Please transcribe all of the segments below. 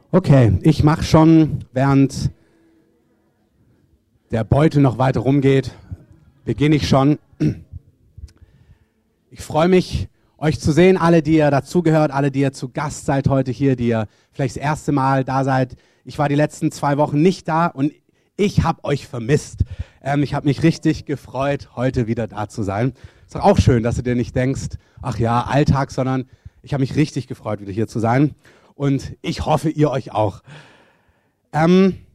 Okay, ich mache schon, während der Beutel noch weiter rumgeht, beginne ich schon. Ich freue mich, euch zu sehen, alle, die ihr dazugehört, alle, die ihr zu Gast seid heute hier, die ihr vielleicht das erste Mal da seid. Ich war die letzten 2 Wochen nicht da und ich habe euch vermisst. Ich habe mich richtig gefreut, heute wieder da zu sein. Ist doch auch schön, dass du dir nicht denkst, ach ja, Alltag, sondern ich habe mich richtig gefreut, wieder hier zu sein. Und ich hoffe, ihr euch auch. Was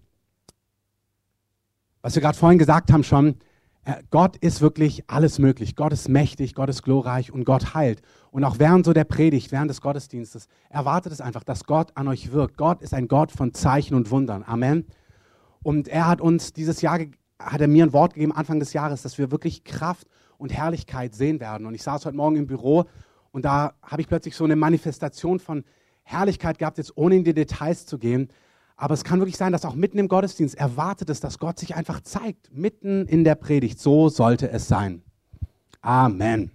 wir gerade vorhin gesagt haben schon, Gott ist wirklich alles möglich. Gott ist mächtig, Gott ist glorreich und Gott heilt. Und auch während so der Predigt, während des Gottesdienstes, erwartet es einfach, dass Gott an euch wirkt. Gott ist ein Gott von Zeichen und Wundern. Amen. Und er hat uns dieses Jahr, hat er mir ein Wort gegeben, Anfang des Jahres, dass wir wirklich Kraft und Herrlichkeit sehen werden. Und ich saß heute Morgen im Büro und da habe ich plötzlich so eine Manifestation von Herrlichkeit gehabt, jetzt ohne in die Details zu gehen. Aber es kann wirklich sein, dass auch mitten im Gottesdienst erwartet es, dass Gott sich einfach zeigt, mitten in der Predigt. So sollte es sein. Amen.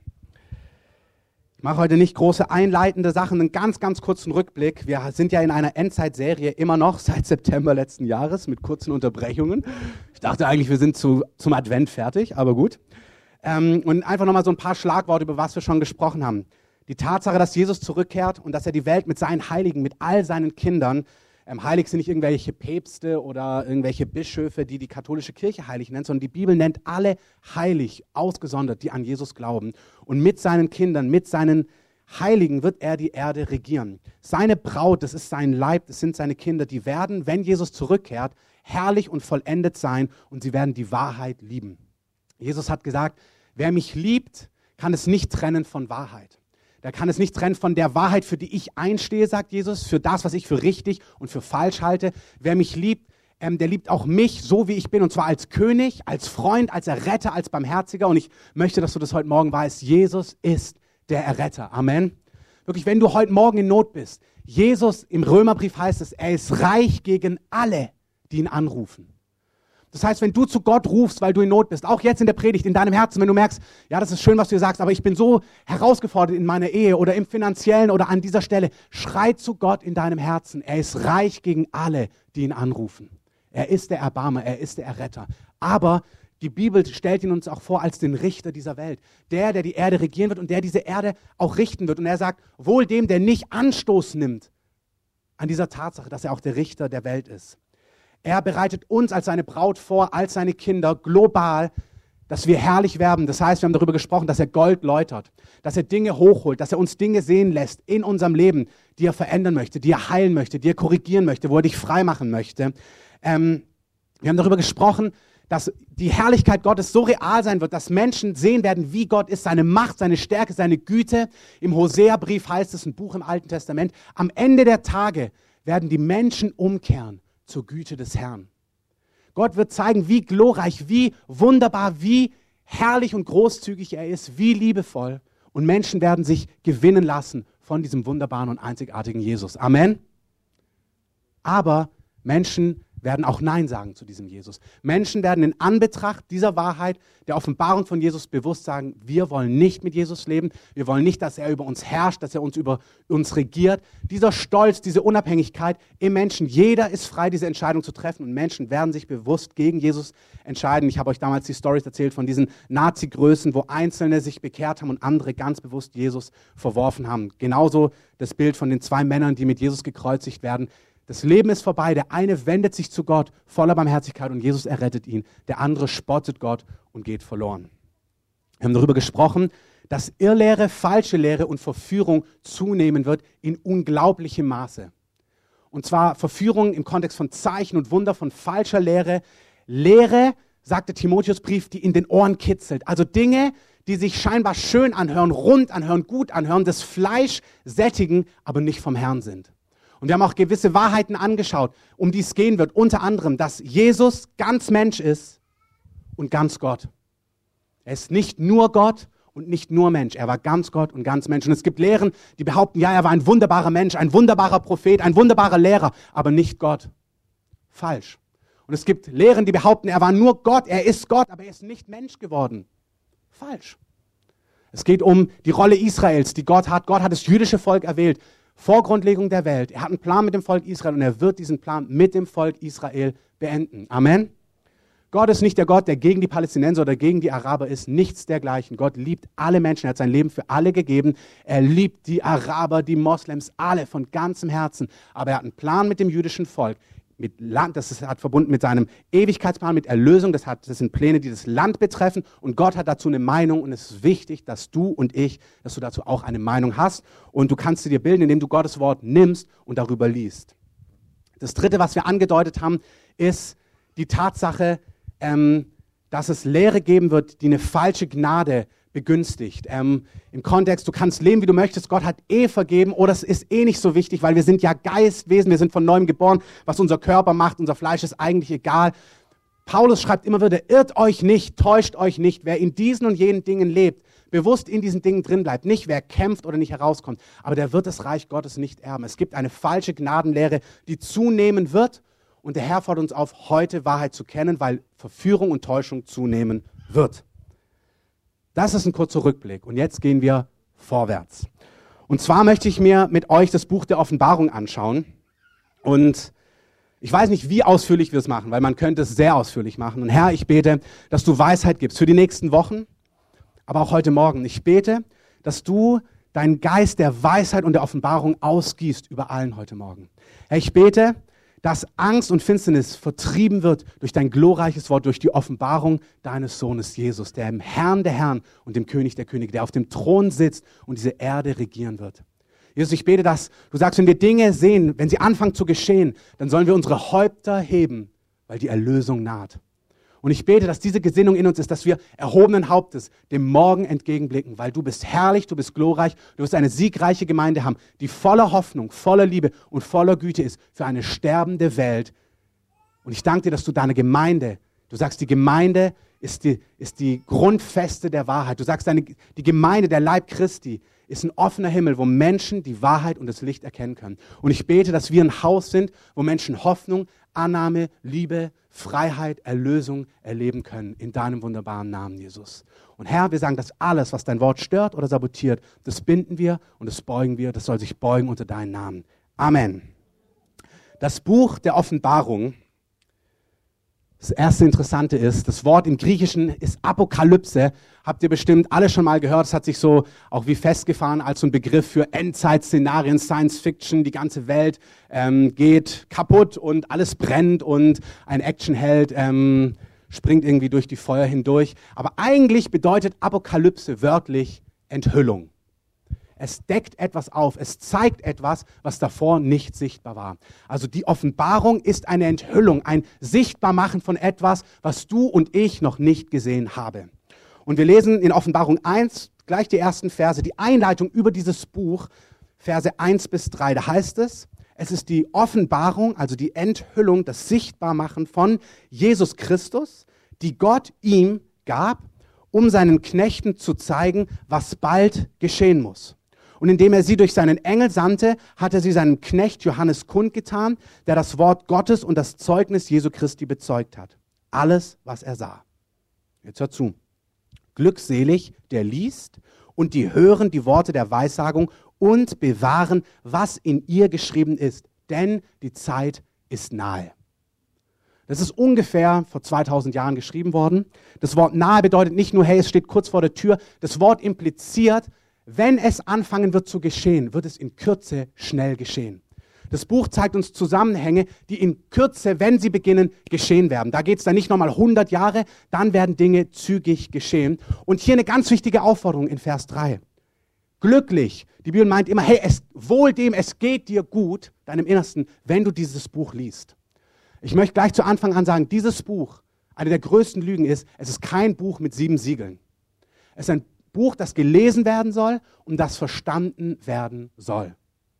Ich mache heute nicht große einleitende Sachen, einen ganz, ganz kurzen Rückblick. Wir sind ja in einer Endzeitserie immer noch seit September letzten Jahres mit kurzen Unterbrechungen. Ich dachte eigentlich, wir sind zum Advent fertig, aber gut. Und einfach nochmal so ein paar Schlagworte, über was wir schon gesprochen haben. Die Tatsache, dass Jesus zurückkehrt und dass er die Welt mit seinen Heiligen, mit all seinen Kindern, heilig sind nicht irgendwelche Päpste oder irgendwelche Bischöfe, die die katholische Kirche heilig nennt, sondern die Bibel nennt alle heilig, ausgesondert, die an Jesus glauben. Und mit seinen Kindern, mit seinen Heiligen wird er die Erde regieren. Seine Braut, das ist sein Leib, das sind seine Kinder, die werden, wenn Jesus zurückkehrt, herrlich und vollendet sein und sie werden die Wahrheit lieben. Jesus hat gesagt, wer mich liebt, kann es nicht trennen von Wahrheit. Der kann es nicht trennen von der Wahrheit, für die ich einstehe, sagt Jesus, für das, was ich für richtig und für falsch halte. Wer mich liebt, der liebt auch mich, so wie ich bin, und zwar als König, als Freund, als Erretter, als Barmherziger. Und ich möchte, dass du das heute Morgen weißt. Jesus ist der Erretter. Amen. Wirklich, wenn du heute Morgen in Not bist, Jesus, im Römerbrief heißt es, er ist reich gegen alle, die ihn anrufen. Das heißt, wenn du zu Gott rufst, weil du in Not bist, auch jetzt in der Predigt, in deinem Herzen, wenn du merkst, ja, das ist schön, was du dir sagst, aber ich bin so herausgefordert in meiner Ehe oder im Finanziellen oder an dieser Stelle, schrei zu Gott in deinem Herzen. Er ist reich gegen alle, die ihn anrufen. Er ist der Erbarmer, er ist der Erretter. Aber die Bibel stellt ihn uns auch vor als den Richter dieser Welt. Der die Erde regieren wird und der diese Erde auch richten wird. Und er sagt, wohl dem, der nicht Anstoß nimmt an dieser Tatsache, dass er auch der Richter der Welt ist. Er bereitet uns als seine Braut vor, als seine Kinder global, dass wir herrlich werden. Das heißt, wir haben darüber gesprochen, dass er Gold läutert, dass er Dinge hochholt, dass er uns Dinge sehen lässt in unserem Leben, die er verändern möchte, die er heilen möchte, die er korrigieren möchte, wo er dich frei machen möchte. Wir haben darüber gesprochen, dass die Herrlichkeit Gottes so real sein wird, dass Menschen sehen werden, wie Gott ist, seine Macht, seine Stärke, seine Güte. Im Hosea-Brief heißt es, ein Buch im Alten Testament, am Ende der Tage werden die Menschen umkehren zur Güte des Herrn. Gott wird zeigen, wie glorreich, wie wunderbar, wie herrlich und großzügig er ist, wie liebevoll. Und Menschen werden sich gewinnen lassen von diesem wunderbaren und einzigartigen Jesus. Amen. Aber Menschen werden auch Nein sagen zu diesem Jesus. Menschen werden in Anbetracht dieser Wahrheit, der Offenbarung von Jesus bewusst sagen, wir wollen nicht mit Jesus leben, wir wollen nicht, dass er über uns herrscht, dass er über uns regiert. Dieser Stolz, diese Unabhängigkeit im Menschen, jeder ist frei, diese Entscheidung zu treffen und Menschen werden sich bewusst gegen Jesus entscheiden. Ich habe euch damals die Storys erzählt von diesen Nazi-Größen, wo Einzelne sich bekehrt haben und andere ganz bewusst Jesus verworfen haben. Genauso das Bild von den 2 Männern, die mit Jesus gekreuzigt werden. Das Leben ist vorbei, der eine wendet sich zu Gott voller Barmherzigkeit und Jesus errettet ihn. Der andere spottet Gott und geht verloren. Wir haben darüber gesprochen, dass Irrlehre, falsche Lehre und Verführung zunehmen wird in unglaublichem Maße. Und zwar Verführung im Kontext von Zeichen und Wunder, von falscher Lehre. Lehre, sagt der Timotheusbrief, die in den Ohren kitzelt. Also Dinge, die sich scheinbar schön anhören, rund anhören, gut anhören, das Fleisch sättigen, aber nicht vom Herrn sind. Und wir haben auch gewisse Wahrheiten angeschaut, um die es gehen wird. Unter anderem, dass Jesus ganz Mensch ist und ganz Gott. Er ist nicht nur Gott und nicht nur Mensch. Er war ganz Gott und ganz Mensch. Und es gibt Lehren, die behaupten, ja, er war ein wunderbarer Mensch, ein wunderbarer Prophet, ein wunderbarer Lehrer, aber nicht Gott. Falsch. Und es gibt Lehren, die behaupten, er war nur Gott, er ist Gott, aber er ist nicht Mensch geworden. Falsch. Es geht um die Rolle Israels, die Gott hat. Gott hat das jüdische Volk erwählt. Vor Grundlegung der Welt. Er hat einen Plan mit dem Volk Israel und er wird diesen Plan mit dem Volk Israel beenden. Amen. Gott ist nicht der Gott, der gegen die Palästinenser oder gegen die Araber ist. Nichts dergleichen. Gott liebt alle Menschen. Er hat sein Leben für alle gegeben. Er liebt die Araber, die Moslems, alle von ganzem Herzen. Aber er hat einen Plan mit dem jüdischen Volk. Mit Land, das hat verbunden mit seinem Ewigkeitsplan, mit Erlösung. Das sind Pläne, die das Land betreffen. Und Gott hat dazu eine Meinung. Und es ist wichtig, dass du und ich, dass du dazu auch eine Meinung hast. Und du kannst sie dir bilden, indem du Gottes Wort nimmst und darüber liest. Das Dritte, was wir angedeutet haben, ist die Tatsache, dass es Lehre geben wird, die eine falsche Gnade begünstigt. Im Kontext, du kannst leben, wie du möchtest, Gott hat vergeben, oder es ist nicht so wichtig, weil wir sind ja Geistwesen, wir sind von Neuem geboren, was unser Körper macht, unser Fleisch ist eigentlich egal. Paulus schreibt immer wieder, irrt euch nicht, täuscht euch nicht, wer in diesen und jenen Dingen lebt, bewusst in diesen Dingen drin bleibt, nicht wer kämpft oder nicht herauskommt, aber der wird das Reich Gottes nicht erben. Es gibt eine falsche Gnadenlehre, die zunehmen wird. Und der Herr fordert uns auf, heute Wahrheit zu kennen, weil Verführung und Täuschung zunehmen wird. Das ist ein kurzer Rückblick. Und jetzt gehen wir vorwärts. Und zwar möchte ich mir mit euch das Buch der Offenbarung anschauen. Und ich weiß nicht, wie ausführlich wir es machen, weil man könnte es sehr ausführlich machen. Und Herr, ich bete, dass du Weisheit gibst für die nächsten Wochen, aber auch heute Morgen. Ich bete, dass du deinen Geist der Weisheit und der Offenbarung ausgießt über allen heute Morgen. Herr, ich bete, dass Angst und Finsternis vertrieben wird durch dein glorreiches Wort, durch die Offenbarung deines Sohnes Jesus, der im Herrn der Herren und dem König der Könige, der auf dem Thron sitzt und diese Erde regieren wird. Jesus, ich bete, dass du sagst, wenn wir Dinge sehen, wenn sie anfangen zu geschehen, dann sollen wir unsere Häupter heben, weil die Erlösung naht. Und ich bete, dass diese Gesinnung in uns ist, dass wir erhobenen Hauptes dem Morgen entgegenblicken, weil du bist herrlich, du bist glorreich, du wirst eine siegreiche Gemeinde haben, die voller Hoffnung, voller Liebe und voller Güte ist für eine sterbende Welt. Und ich danke dir, dass du deine Gemeinde, du sagst, die Gemeinde ist die Grundfeste der Wahrheit. Du sagst, die Gemeinde, der Leib Christi, ist ein offener Himmel, wo Menschen die Wahrheit und das Licht erkennen können. Und ich bete, dass wir ein Haus sind, wo Menschen Hoffnung, Annahme, Liebe, Freiheit, Erlösung erleben können. In deinem wunderbaren Namen, Jesus. Und Herr, wir sagen, dass alles, was dein Wort stört oder sabotiert, das binden wir und das beugen wir. Das soll sich beugen unter deinen Namen. Amen. Das Buch der Offenbarung, das erste Interessante ist, das Wort im Griechischen ist Apokalypse. Habt ihr bestimmt alle schon mal gehört. Es hat sich so auch wie festgefahren als so ein Begriff für Endzeit-Szenarien, Science-Fiction. Die ganze Welt geht kaputt und alles brennt und ein Actionheld springt irgendwie durch die Feuer hindurch. Aber eigentlich bedeutet Apokalypse wörtlich Enthüllung. Es deckt etwas auf, es zeigt etwas, was davor nicht sichtbar war. Also die Offenbarung ist eine Enthüllung, ein Sichtbarmachen von etwas, was du und ich noch nicht gesehen haben. Und wir lesen in Offenbarung 1, gleich die ersten Verse, die Einleitung über dieses Buch, Verse 1 bis 3. Da heißt es ist die Offenbarung, also die Enthüllung, das Sichtbarmachen von Jesus Christus, die Gott ihm gab, um seinen Knechten zu zeigen, was bald geschehen muss. Und indem er sie durch seinen Engel sandte, hat er sie seinem Knecht Johannes kundgetan, der das Wort Gottes und das Zeugnis Jesu Christi bezeugt hat. Alles, was er sah. Jetzt hört zu. Glückselig, der liest und die hören die Worte der Weissagung und bewahren, was in ihr geschrieben ist. Denn die Zeit ist nahe. Das ist ungefähr vor 2000 Jahren geschrieben worden. Das Wort nahe bedeutet nicht nur, hey, es steht kurz vor der Tür. Das Wort impliziert, wenn es anfangen wird zu geschehen, wird es in Kürze schnell geschehen. Das Buch zeigt uns Zusammenhänge, die in Kürze, wenn sie beginnen, geschehen werden. Da geht es dann nicht nochmal 100 Jahre, dann werden Dinge zügig geschehen. Und hier eine ganz wichtige Aufforderung in Vers 3. Glücklich, die Bibel meint immer, hey, wohl dem, es geht dir gut, deinem Innersten, wenn du dieses Buch liest. Ich möchte gleich zu Anfang an sagen, dieses Buch, eine der größten Lügen ist, es ist kein Buch mit 7 Siegeln. Es ist ein Buch, das gelesen werden soll und das verstanden werden soll.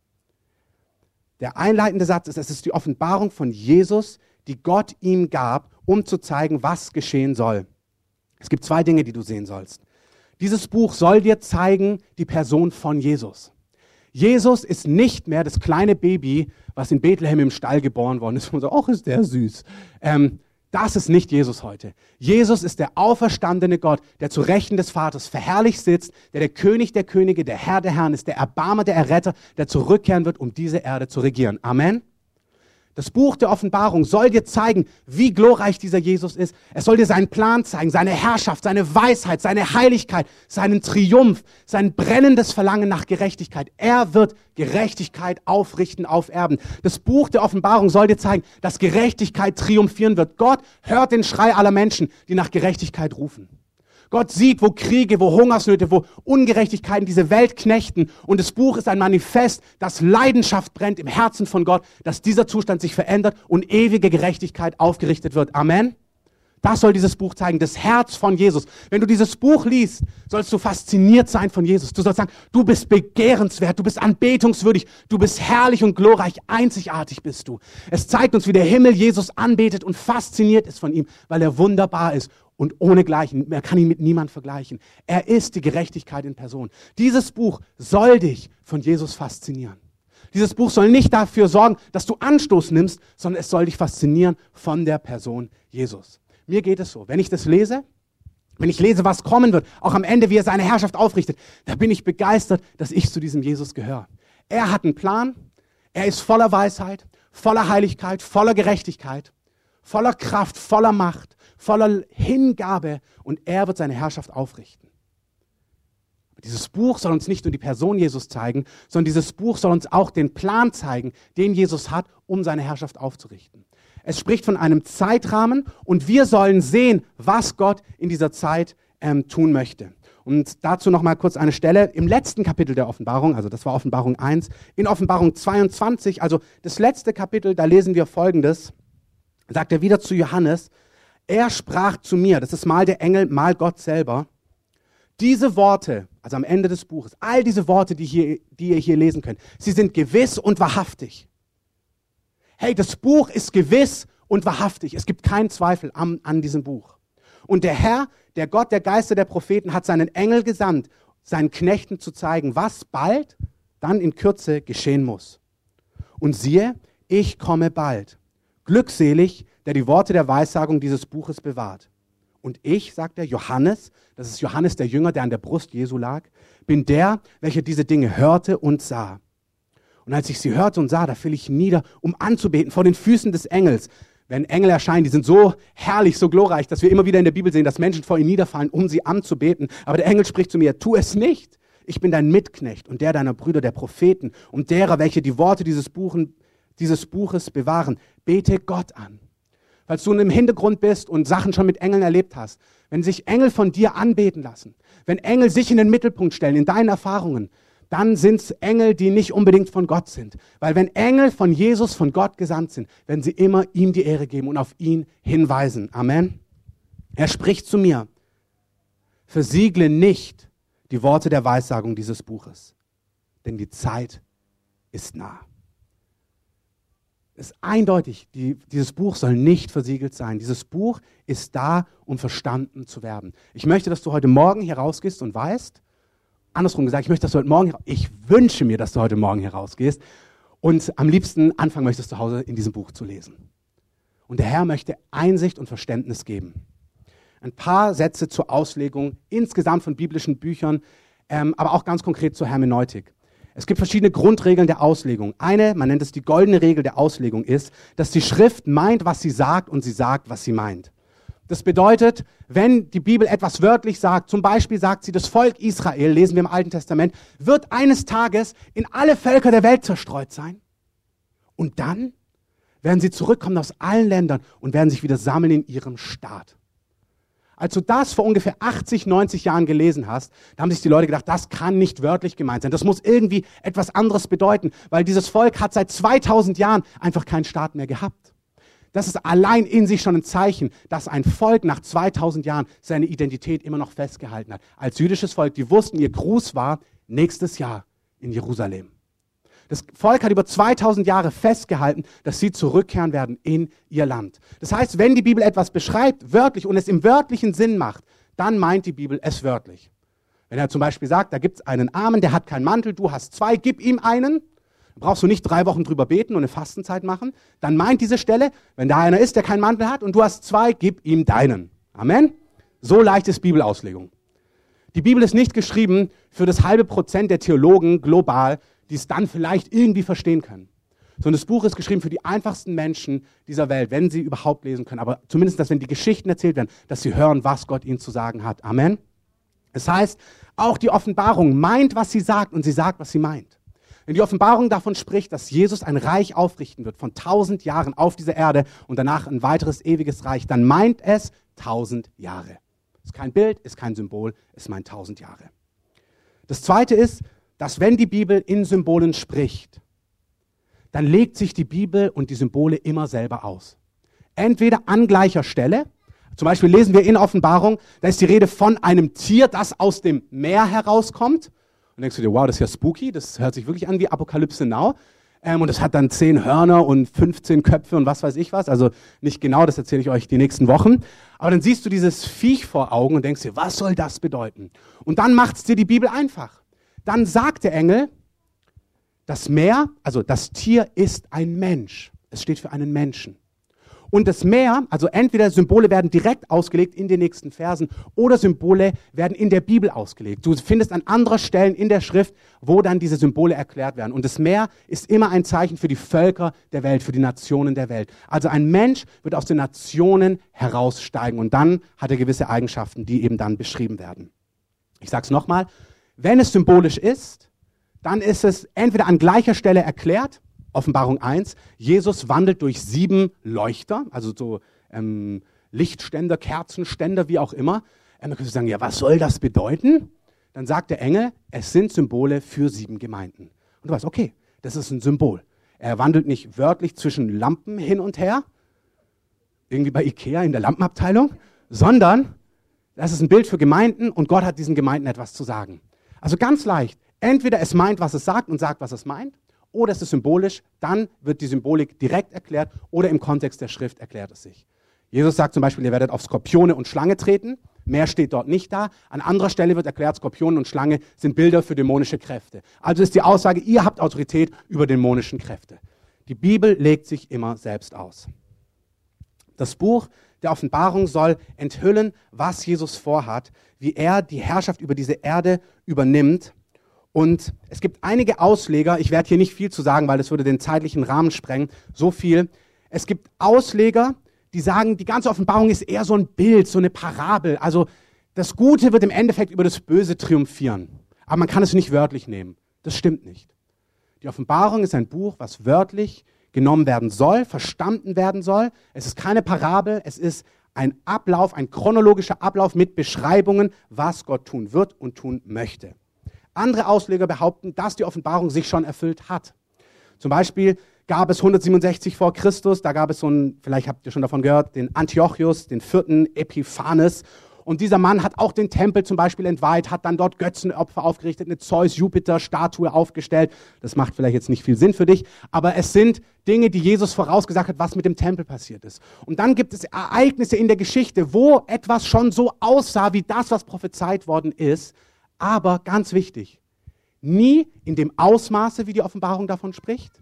Der einleitende Satz ist, es ist die Offenbarung von Jesus, die Gott ihm gab, um zu zeigen, was geschehen soll. Es gibt 2 Dinge, die du sehen sollst. Dieses Buch soll dir zeigen, die Person von Jesus. Jesus ist nicht mehr das kleine Baby, was in Bethlehem im Stall geboren worden ist. Und so, ach, ist der süß. Das ist nicht Jesus heute. Jesus ist der auferstandene Gott, der zu Rechten des Vaters verherrlicht sitzt, der König der Könige, der Herr der Herren ist, der Erbarmer, der Erretter, der zurückkehren wird, um diese Erde zu regieren. Amen. Das Buch der Offenbarung soll dir zeigen, wie glorreich dieser Jesus ist. Es soll dir seinen Plan zeigen, seine Herrschaft, seine Weisheit, seine Heiligkeit, seinen Triumph, sein brennendes Verlangen nach Gerechtigkeit. Er wird Gerechtigkeit aufrichten auf Erden. Das Buch der Offenbarung soll dir zeigen, dass Gerechtigkeit triumphieren wird. Gott hört den Schrei aller Menschen, die nach Gerechtigkeit rufen. Gott sieht, wo Kriege, wo Hungersnöte, wo Ungerechtigkeiten diese Welt knechten. Und das Buch ist ein Manifest, dass Leidenschaft brennt im Herzen von Gott, dass dieser Zustand sich verändert und ewige Gerechtigkeit aufgerichtet wird. Amen. Das soll dieses Buch zeigen, das Herz von Jesus. Wenn du dieses Buch liest, sollst du fasziniert sein von Jesus. Du sollst sagen, du bist begehrenswert, du bist anbetungswürdig, du bist herrlich und glorreich, einzigartig bist du. Es zeigt uns, wie der Himmel Jesus anbetet und fasziniert ist von ihm, weil er wunderbar ist. Und ohnegleichen, man kann ihn mit niemandem vergleichen. Er ist die Gerechtigkeit in Person. Dieses Buch soll dich von Jesus faszinieren. Dieses Buch soll nicht dafür sorgen, dass du Anstoß nimmst, sondern es soll dich faszinieren von der Person Jesus. Mir geht es so, wenn ich das lese, wenn ich lese, was kommen wird, auch am Ende, wie er seine Herrschaft aufrichtet, da bin ich begeistert, dass ich zu diesem Jesus gehöre. Er hat einen Plan, er ist voller Weisheit, voller Heiligkeit, voller Gerechtigkeit, voller Kraft, voller Macht, voller Hingabe und er wird seine Herrschaft aufrichten. Dieses Buch soll uns nicht nur die Person Jesus zeigen, sondern dieses Buch soll uns auch den Plan zeigen, den Jesus hat, um seine Herrschaft aufzurichten. Es spricht von einem Zeitrahmen und wir sollen sehen, was Gott in dieser Zeit tun möchte. Und dazu noch mal kurz eine Stelle im letzten Kapitel der Offenbarung, also das war Offenbarung 1, in Offenbarung 22, also das letzte Kapitel, da lesen wir Folgendes, sagt er wieder zu Johannes, er sprach zu mir, das ist mal der Engel, mal Gott selber, diese Worte, also am Ende des Buches, all diese Worte, die ihr hier lesen könnt, sie sind gewiss und wahrhaftig. Hey, das Buch ist gewiss und wahrhaftig. Es gibt keinen Zweifel an diesem Buch. Und der Herr, der Gott, der Geister der Propheten, hat seinen Engel gesandt, seinen Knechten zu zeigen, was bald, dann in Kürze geschehen muss. Und siehe, ich komme bald. Glückselig, der die Worte der Weissagung dieses Buches bewahrt. Und ich, sagt er, Johannes, das ist Johannes der Jünger, der an der Brust Jesu lag, bin der, welcher diese Dinge hörte und sah. Und als ich sie hörte und sah, da fiel ich nieder, um anzubeten vor den Füßen des Engels. Wenn Engel erscheinen, die sind so herrlich, so glorreich, dass wir immer wieder in der Bibel sehen, dass Menschen vor ihnen niederfallen, um sie anzubeten. Aber der Engel spricht zu mir, tu es nicht. Ich bin dein Mitknecht und der deiner Brüder, der Propheten und derer, welche die Worte dieses Buches bewahren. Bete Gott an. Falls du im Hintergrund bist und Sachen schon mit Engeln erlebt hast, wenn sich Engel von dir anbeten lassen, wenn Engel sich in den Mittelpunkt stellen, in deinen Erfahrungen, dann sind es Engel, die nicht unbedingt von Gott sind. Weil wenn Engel von Jesus, von Gott gesandt sind, werden sie immer ihm die Ehre geben und auf ihn hinweisen. Amen. Er spricht zu mir, versiegle nicht die Worte der Weissagung dieses Buches, denn die Zeit ist nah. Es ist eindeutig, dieses Buch soll nicht versiegelt sein. Dieses Buch ist da, um verstanden zu werden. Ich möchte, dass du heute Morgen hier rausgehst und weißt, andersrum gesagt, ich wünsche mir, dass du heute Morgen hier rausgehst und am liebsten anfangen möchtest, zu Hause in diesem Buch zu lesen. Und der Herr möchte Einsicht und Verständnis geben. Ein paar Sätze zur Auslegung insgesamt von biblischen Büchern, aber auch ganz konkret zur Hermeneutik. Es gibt verschiedene Grundregeln der Auslegung. Eine, man nennt es die goldene Regel der Auslegung, ist, dass die Schrift meint, was sie sagt und sie sagt, was sie meint. Das bedeutet, wenn die Bibel etwas wörtlich sagt, zum Beispiel sagt sie, das Volk Israel, lesen wir im Alten Testament, wird eines Tages in alle Völker der Welt zerstreut sein. Und dann werden sie zurückkommen aus allen Ländern und werden sich wieder sammeln in ihrem Staat. Als du das vor ungefähr 80, 90 Jahren gelesen hast, da haben sich die Leute gedacht, das kann nicht wörtlich gemeint sein. Das muss irgendwie etwas anderes bedeuten, weil dieses Volk hat seit 2000 Jahren einfach keinen Staat mehr gehabt. Das ist allein in sich schon ein Zeichen, dass ein Volk nach 2000 Jahren seine Identität immer noch festgehalten hat. Als jüdisches Volk, die wussten, ihr Gruß war nächstes Jahr in Jerusalem. Das Volk hat über 2000 Jahre festgehalten, dass sie zurückkehren werden in ihr Land. Das heißt, wenn die Bibel etwas beschreibt, wörtlich, und es im wörtlichen Sinn macht, dann meint die Bibel es wörtlich. Wenn er zum Beispiel sagt, da gibt es einen Armen, der hat keinen Mantel, du hast zwei, gib ihm einen, Dann brauchst du nicht 3 Wochen drüber beten und eine Fastenzeit machen. Dann meint diese Stelle, wenn da einer ist, der keinen Mantel hat und du hast 2, gib ihm deinen. Amen. So leicht ist Bibelauslegung. Die Bibel ist nicht geschrieben für das halbe Prozent der Theologen global, die es dann vielleicht irgendwie verstehen können. Sondern das Buch ist geschrieben für die einfachsten Menschen dieser Welt, wenn sie überhaupt lesen können. Aber zumindest, dass wenn die Geschichten erzählt werden, dass sie hören, was Gott ihnen zu sagen hat. Amen. Das heißt, auch die Offenbarung meint, was sie sagt und sie sagt, was sie meint. Wenn die Offenbarung davon spricht, dass Jesus ein Reich aufrichten wird von 1000 Jahren auf dieser Erde und danach ein weiteres ewiges Reich, dann meint es 1000 Jahre. Ist kein Bild, ist kein Symbol, es meint 1000 Jahre. Das Zweite ist, dass wenn die Bibel in Symbolen spricht, dann legt sich die Bibel und die Symbole immer selber aus. Entweder an gleicher Stelle, zum Beispiel lesen wir in Offenbarung, da ist die Rede von einem Tier, das aus dem Meer herauskommt. Und denkst du dir, wow, das ist ja spooky, das hört sich wirklich an wie Apokalypse Now. Und es hat dann 10 Hörner und 15 Köpfe und was weiß ich was. Also nicht genau, das erzähle ich euch die nächsten Wochen. Aber dann siehst du dieses Viech vor Augen und denkst dir, was soll das bedeuten? Und dann macht es dir die Bibel einfach. Dann sagt der Engel, das Meer, also das Tier ist ein Mensch. Es steht für einen Menschen. Und das Meer, also entweder Symbole werden direkt ausgelegt in den nächsten Versen oder Symbole werden in der Bibel ausgelegt. Du findest an anderer Stellen in der Schrift, wo dann diese Symbole erklärt werden. Und das Meer ist immer ein Zeichen für die Völker der Welt, für die Nationen der Welt. Also ein Mensch wird aus den Nationen heraussteigen und dann hat er gewisse Eigenschaften, die eben dann beschrieben werden. Ich sage es nochmal, wenn es symbolisch ist, dann ist es entweder an gleicher Stelle erklärt, Offenbarung 1, Jesus wandelt durch 7 Leuchter, also so Lichtständer, Kerzenständer, wie auch immer. Dann könntest du sagen, ja, was soll das bedeuten? Dann sagt der Engel, es sind Symbole für 7 Gemeinden. Und du weißt, okay, das ist ein Symbol. Er wandelt nicht wörtlich zwischen Lampen hin und her, irgendwie bei Ikea in der Lampenabteilung, sondern das ist ein Bild für Gemeinden und Gott hat diesen Gemeinden etwas zu sagen. Also ganz leicht, entweder es meint, was es sagt und sagt, was es meint, oder es ist symbolisch, dann wird die Symbolik direkt erklärt oder im Kontext der Schrift erklärt es sich. Jesus sagt zum Beispiel, ihr werdet auf Skorpione und Schlange treten. Mehr steht dort nicht da. An anderer Stelle wird erklärt, Skorpione und Schlange sind Bilder für dämonische Kräfte. Also ist die Aussage, ihr habt Autorität über dämonischen Kräfte. Die Bibel legt sich immer selbst aus. Das Buch der Offenbarung soll enthüllen, was Jesus vorhat, wie er die Herrschaft über diese Erde übernimmt. Und es gibt einige Ausleger, ich werde hier nicht viel zu sagen, weil das würde den zeitlichen Rahmen sprengen, so viel. Es gibt Ausleger, die sagen, die ganze Offenbarung ist eher so ein Bild, so eine Parabel. Also das Gute wird im Endeffekt über das Böse triumphieren. Aber man kann es nicht wörtlich nehmen. Das stimmt nicht. Die Offenbarung ist ein Buch, was wörtlich genommen werden soll, verstanden werden soll. Es ist keine Parabel, es ist ein Ablauf, ein chronologischer Ablauf mit Beschreibungen, was Gott tun wird und tun möchte. Andere Ausleger behaupten, dass die Offenbarung sich schon erfüllt hat. Zum Beispiel gab es 167 vor Christus, da gab es so einen, vielleicht habt ihr schon davon gehört, den Antiochus, den 4. Epiphanes. Und dieser Mann hat auch den Tempel zum Beispiel entweiht, hat dann dort Götzenopfer aufgerichtet, eine Zeus-Jupiter-Statue aufgestellt. Das macht vielleicht jetzt nicht viel Sinn für dich, aber es sind Dinge, die Jesus vorausgesagt hat, was mit dem Tempel passiert ist. Und dann gibt es Ereignisse in der Geschichte, wo etwas schon so aussah wie das, was prophezeit worden ist. Aber ganz wichtig, nie in dem Ausmaße, wie die Offenbarung davon spricht,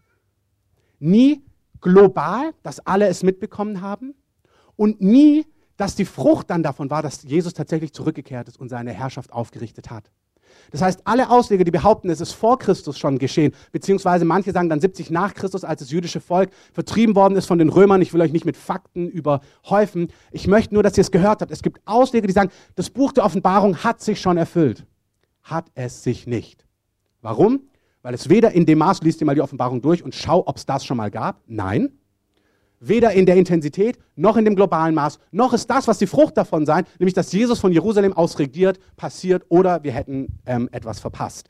nie global, dass alle es mitbekommen haben und nie, dass die Frucht dann davon war, dass Jesus tatsächlich zurückgekehrt ist und seine Herrschaft aufgerichtet hat. Das heißt, alle Ausleger, die behaupten, es ist vor Christus schon geschehen, beziehungsweise manche sagen dann 70 nach Christus, als das jüdische Volk vertrieben worden ist von den Römern. Ich will euch nicht mit Fakten überhäufen. Ich möchte nur, dass ihr es gehört habt. Es gibt Ausleger, die sagen, das Buch der Offenbarung hat sich schon erfüllt. Hat es sich nicht. Warum? Weil es weder in dem Maß, liest dir mal die Offenbarung durch und schau, ob es das schon mal gab. Nein. Weder in der Intensität, noch in dem globalen Maß, noch ist das, was die Frucht davon sein, nämlich dass Jesus von Jerusalem aus regiert, passiert oder wir hätten etwas verpasst.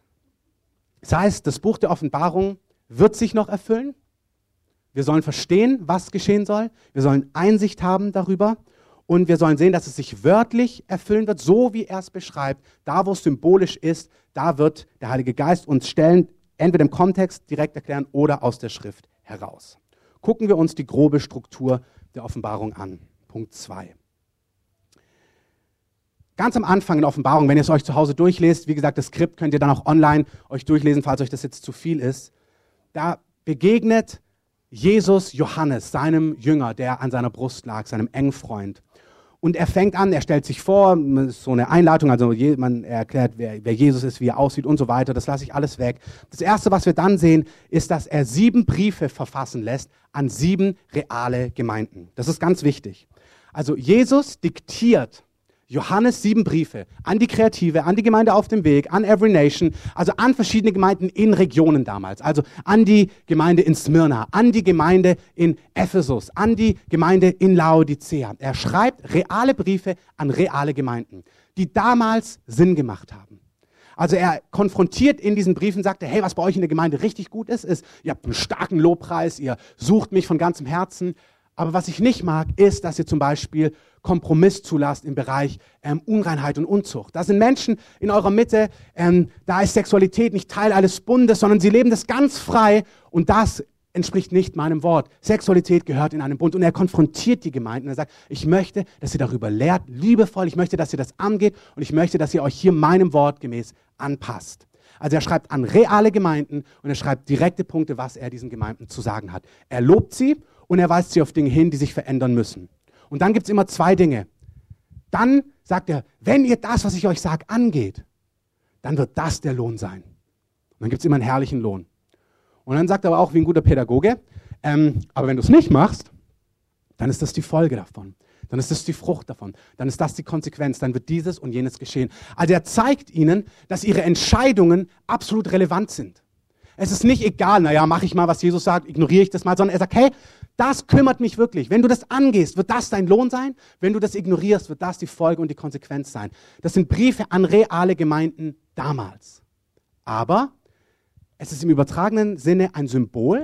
Das heißt, das Buch der Offenbarung wird sich noch erfüllen. Wir sollen verstehen, was geschehen soll. Wir sollen Einsicht haben darüber. Und wir sollen sehen, dass es sich wörtlich erfüllen wird, so wie er es beschreibt. Da, wo es symbolisch ist, da wird der Heilige Geist uns Stellen entweder im Kontext direkt erklären oder aus der Schrift heraus. Gucken wir uns die grobe Struktur der Offenbarung an. Punkt 2. Ganz am Anfang in der Offenbarung, wenn ihr es euch zu Hause durchlest, wie gesagt, das Skript könnt ihr dann auch online euch durchlesen, falls euch das jetzt zu viel ist. da begegnet Jesus Johannes, seinem Jünger, der an seiner Brust lag, seinem engen Freund. Und er fängt an, er stellt sich vor, so eine Einleitung, also man erklärt, wer Jesus ist, wie er aussieht und so weiter, das lasse ich alles weg. Das Erste, was wir dann sehen, ist, dass er 7 Briefe verfassen lässt an 7 reale Gemeinden. Das ist ganz wichtig. Also Jesus diktiert Johannes 7 Briefe an die Kreative, an die Gemeinde auf dem Weg, an Every Nation, also an verschiedene Gemeinden in Regionen damals. Also an die Gemeinde in Smyrna, an die Gemeinde in Ephesus, an die Gemeinde in Laodicea. Er schreibt reale Briefe an reale Gemeinden, die damals Sinn gemacht haben. Also er konfrontiert in diesen Briefen, sagt er, hey, was bei euch in der Gemeinde richtig gut ist, ihr habt einen starken Lobpreis, ihr sucht mich von ganzem Herzen. Aber was ich nicht mag, ist, dass ihr zum Beispiel Kompromiss zulasst im Bereich Unreinheit und Unzucht. Da sind Menschen in eurer Mitte, da ist Sexualität nicht Teil eines Bundes, sondern sie leben das ganz frei und das entspricht nicht meinem Wort. Sexualität gehört in einen Bund und er konfrontiert die Gemeinden und er sagt, ich möchte, dass ihr darüber lehrt, liebevoll, ich möchte, dass ihr das angeht und ich möchte, dass ihr euch hier meinem Wort gemäß anpasst. Also er schreibt an reale Gemeinden und er schreibt direkte Punkte, was er diesen Gemeinden zu sagen hat. Er lobt sie und er weist sie auf Dinge hin, die sich verändern müssen. Und dann gibt es immer 2 Dinge. Dann sagt er, wenn ihr das, was ich euch sage, angeht, dann wird das der Lohn sein. Und dann gibt es immer einen herrlichen Lohn. Und dann sagt er aber auch, wie ein guter Pädagoge, aber wenn du es nicht machst, dann ist das die Folge davon. Dann ist das die Frucht davon. Dann ist das die Konsequenz. Dann wird dieses und jenes geschehen. Also er zeigt ihnen, dass ihre Entscheidungen absolut relevant sind. Es ist nicht egal, naja, mache ich mal, was Jesus sagt, ignoriere ich das mal, sondern er sagt, hey, das kümmert mich wirklich. Wenn du das angehst, wird das dein Lohn sein. Wenn du das ignorierst, wird das die Folge und die Konsequenz sein. Das sind Briefe an reale Gemeinden damals. Aber es ist im übertragenen Sinne ein Symbol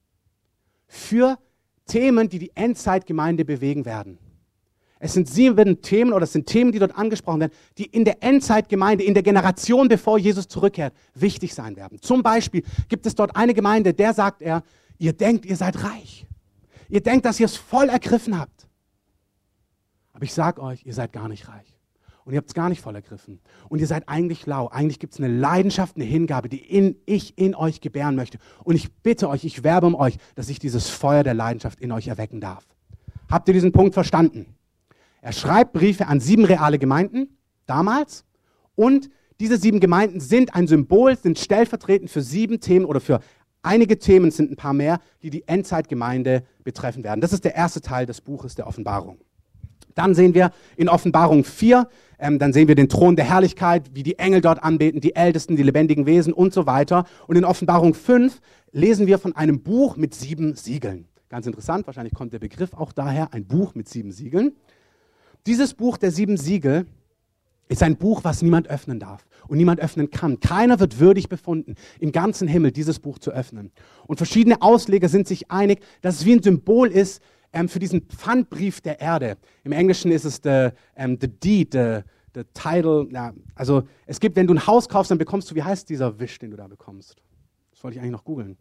für Themen, die die Endzeitgemeinde bewegen werden. Es sind 7 Themen oder es sind Themen, die dort angesprochen werden, die in der Endzeitgemeinde, in der Generation, bevor Jesus zurückkehrt, wichtig sein werden. Zum Beispiel gibt es dort eine Gemeinde, der sagt er, ihr denkt, ihr seid reich. Ihr denkt, dass ihr es voll ergriffen habt. Aber ich sage euch, ihr seid gar nicht reich. Und ihr habt es gar nicht voll ergriffen. Und ihr seid eigentlich lau. Eigentlich gibt es eine Leidenschaft, eine Hingabe, die ich in euch gebären möchte. Und ich bitte euch, ich werbe um euch, dass ich dieses Feuer der Leidenschaft in euch erwecken darf. Habt ihr diesen Punkt verstanden? Er schreibt Briefe an 7 reale Gemeinden, damals. Und diese 7 Gemeinden sind ein Symbol, sind stellvertretend für 7 Themen oder für einige Themen, sind ein paar mehr, die die Endzeitgemeinde betreffen werden. Das ist der erste Teil des Buches der Offenbarung. Dann sehen wir in Offenbarung 4, dann sehen wir den Thron der Herrlichkeit, wie die Engel dort anbeten, die Ältesten, die lebendigen Wesen und so weiter. Und in Offenbarung 5 lesen wir von einem Buch mit 7 Siegeln. Ganz interessant, wahrscheinlich kommt der Begriff auch daher, ein Buch mit 7 Siegeln. Dieses Buch der 7 Siegel ist ein Buch, was niemand öffnen darf und niemand öffnen kann. Keiner wird würdig befunden, im ganzen Himmel dieses Buch zu öffnen. Und verschiedene Ausleger sind sich einig, dass es wie ein Symbol ist für diesen Pfandbrief der Erde. Im Englischen ist es the deed, the title. Ja, also es gibt, wenn du ein Haus kaufst, dann bekommst du, wie heißt dieser Wisch, den du da bekommst? Das wollte ich eigentlich noch googeln.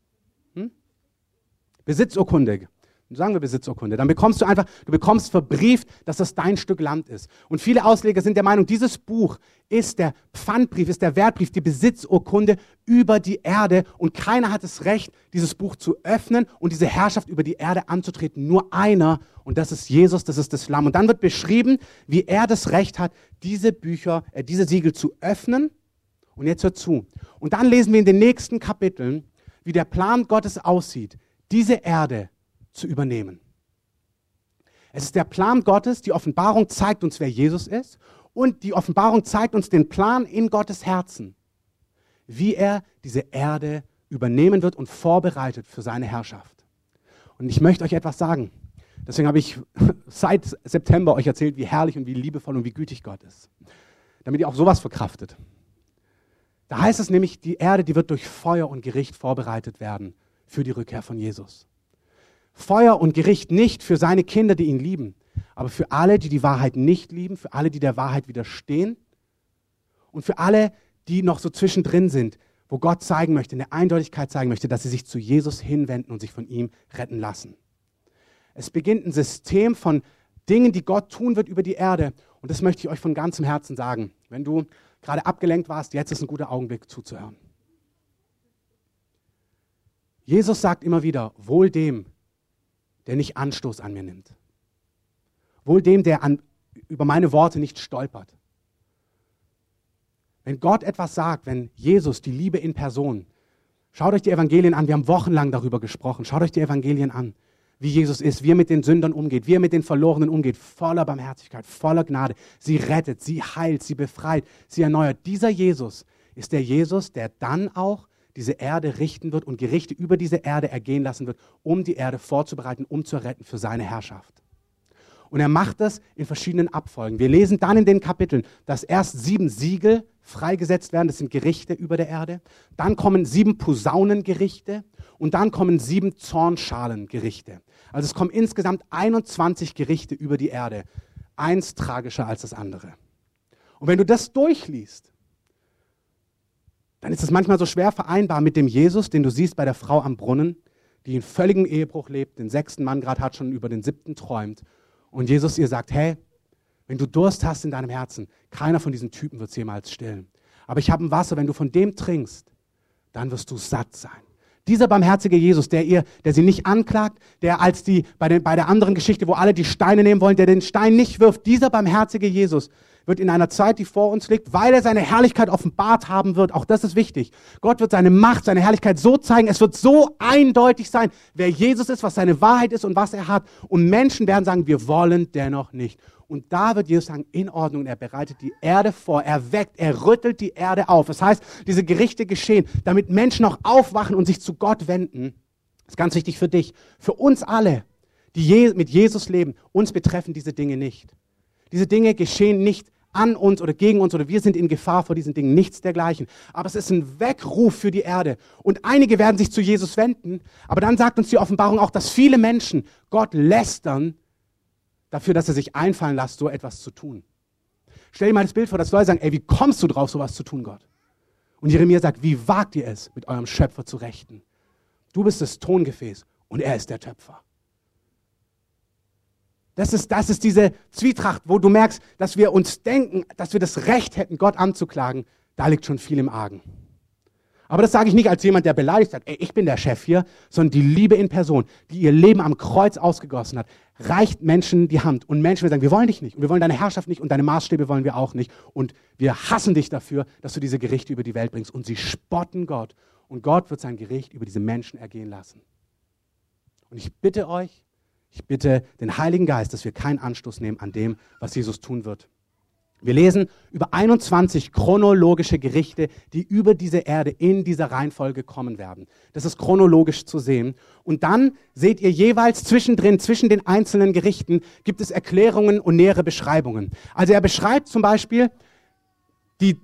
Besitzurkunde. Sagen wir Besitzurkunde. Dann bekommst du bekommst verbrieft, dass das dein Stück Land ist. Und viele Ausleger sind der Meinung, dieses Buch ist der Pfandbrief, ist der Wertbrief, die Besitzurkunde über die Erde. Und keiner hat das Recht, dieses Buch zu öffnen und diese Herrschaft über die Erde anzutreten. Nur einer, und das ist Jesus, das ist das Lamm. Und dann wird beschrieben, wie er das Recht hat, diese Siegel zu öffnen. Und jetzt hört zu. Und dann lesen wir in den nächsten Kapiteln, wie der Plan Gottes aussieht, diese Erde zu übernehmen. Es ist der Plan Gottes, die Offenbarung zeigt uns, wer Jesus ist und die Offenbarung zeigt uns den Plan in Gottes Herzen, wie er diese Erde übernehmen wird und vorbereitet für seine Herrschaft. Und ich möchte euch etwas sagen. Deswegen habe ich seit September euch erzählt, wie herrlich und wie liebevoll und wie gütig Gott ist. Damit ihr auch sowas verkraftet. Da heißt es nämlich, die Erde, die wird durch Feuer und Gericht vorbereitet werden für die Rückkehr von Jesus. Feuer und Gericht nicht für seine Kinder, die ihn lieben, aber für alle, die die Wahrheit nicht lieben, für alle, die der Wahrheit widerstehen und für alle, die noch so zwischendrin sind, wo Gott zeigen möchte, eine Eindeutigkeit zeigen möchte, dass sie sich zu Jesus hinwenden und sich von ihm retten lassen. Es beginnt ein System von Dingen, die Gott tun wird über die Erde und das möchte ich euch von ganzem Herzen sagen. Wenn du gerade abgelenkt warst, jetzt ist ein guter Augenblick zuzuhören. Jesus sagt immer wieder, wohl dem, der nicht Anstoß an mir nimmt. Wohl dem, der über meine Worte nicht stolpert. Wenn Gott etwas sagt, wenn Jesus, die Liebe in Person, schaut euch die Evangelien an, wir haben wochenlang darüber gesprochen, schaut euch die Evangelien an, wie Jesus ist, wie er mit den Sündern umgeht, wie er mit den Verlorenen umgeht, voller Barmherzigkeit, voller Gnade. Sie rettet, sie heilt, sie befreit, sie erneuert. Dieser Jesus ist der Jesus, der dann auch diese Erde richten wird und Gerichte über diese Erde ergehen lassen wird, um die Erde vorzubereiten, um zu retten für seine Herrschaft. Und er macht das in verschiedenen Abfolgen. Wir lesen dann in den Kapiteln, dass erst 7 Siegel freigesetzt werden, das sind Gerichte über der Erde. Dann kommen 7 Posaunengerichte und dann kommen 7 Zornschalengerichte. Also es kommen insgesamt 21 Gerichte über die Erde. Eins tragischer als das andere. Und wenn du das durchliest, dann ist es manchmal so schwer vereinbar mit dem Jesus, den du siehst bei der Frau am Brunnen, die in völligem Ehebruch lebt, den 6. Mann gerade hat, schon über den 7. träumt. Und Jesus ihr sagt, hey, wenn du Durst hast in deinem Herzen, keiner von diesen Typen wird es jemals stillen. Aber ich habe ein Wasser, wenn du von dem trinkst, dann wirst du satt sein. Dieser barmherzige Jesus, der sie nicht anklagt, der als bei der anderen Geschichte, wo alle die Steine nehmen wollen, der den Stein nicht wirft, dieser barmherzige Jesus wird in einer Zeit, die vor uns liegt, weil er seine Herrlichkeit offenbart haben wird, auch das ist wichtig. Gott wird seine Macht, seine Herrlichkeit so zeigen, es wird so eindeutig sein, wer Jesus ist, was seine Wahrheit ist und was er hat. Und Menschen werden sagen, wir wollen dennoch nicht. Und da wird Jesus sagen, in Ordnung, er bereitet die Erde vor, er weckt, er rüttelt die Erde auf. Das heißt, diese Gerichte geschehen, damit Menschen auch aufwachen und sich zu Gott wenden. Das ist ganz wichtig für dich, für uns alle, die mit Jesus leben. Uns betreffen diese Dinge nicht. Diese Dinge geschehen nicht an uns oder gegen uns oder wir sind in Gefahr vor diesen Dingen, nichts dergleichen. Aber es ist ein Weckruf für die Erde. Und einige werden sich zu Jesus wenden, aber dann sagt uns die Offenbarung auch, dass viele Menschen Gott lästern dafür, dass er sich einfallen lässt, so etwas zu tun. Stell dir mal das Bild vor, dass Leute sagen, ey, wie kommst du drauf, sowas zu tun, Gott? Und Jeremia sagt, wie wagt ihr es, mit eurem Schöpfer zu rechten? Du bist das Tongefäß und er ist der Töpfer. Das ist diese Zwietracht, wo du merkst, dass wir uns denken, dass wir das Recht hätten, Gott anzuklagen. Da liegt schon viel im Argen. Aber das sage ich nicht als jemand, der beleidigt sagt, ey, ich bin der Chef hier, sondern die Liebe in Person, die ihr Leben am Kreuz ausgegossen hat, reicht Menschen die Hand. Und Menschen werden sagen, wir wollen dich nicht und wir wollen deine Herrschaft nicht und deine Maßstäbe wollen wir auch nicht. Und wir hassen dich dafür, dass du diese Gerichte über die Welt bringst. Und sie spotten Gott. Und Gott wird sein Gericht über diese Menschen ergehen lassen. Und ich bitte euch, ich bitte den Heiligen Geist, dass wir keinen Anstoß nehmen an dem, was Jesus tun wird. Wir lesen über 21 chronologische Gerichte, die über diese Erde in dieser Reihenfolge kommen werden. Das ist chronologisch zu sehen. Und dann seht ihr jeweils zwischendrin, zwischen den einzelnen Gerichten, gibt es Erklärungen und nähere Beschreibungen. Also er beschreibt zum Beispiel die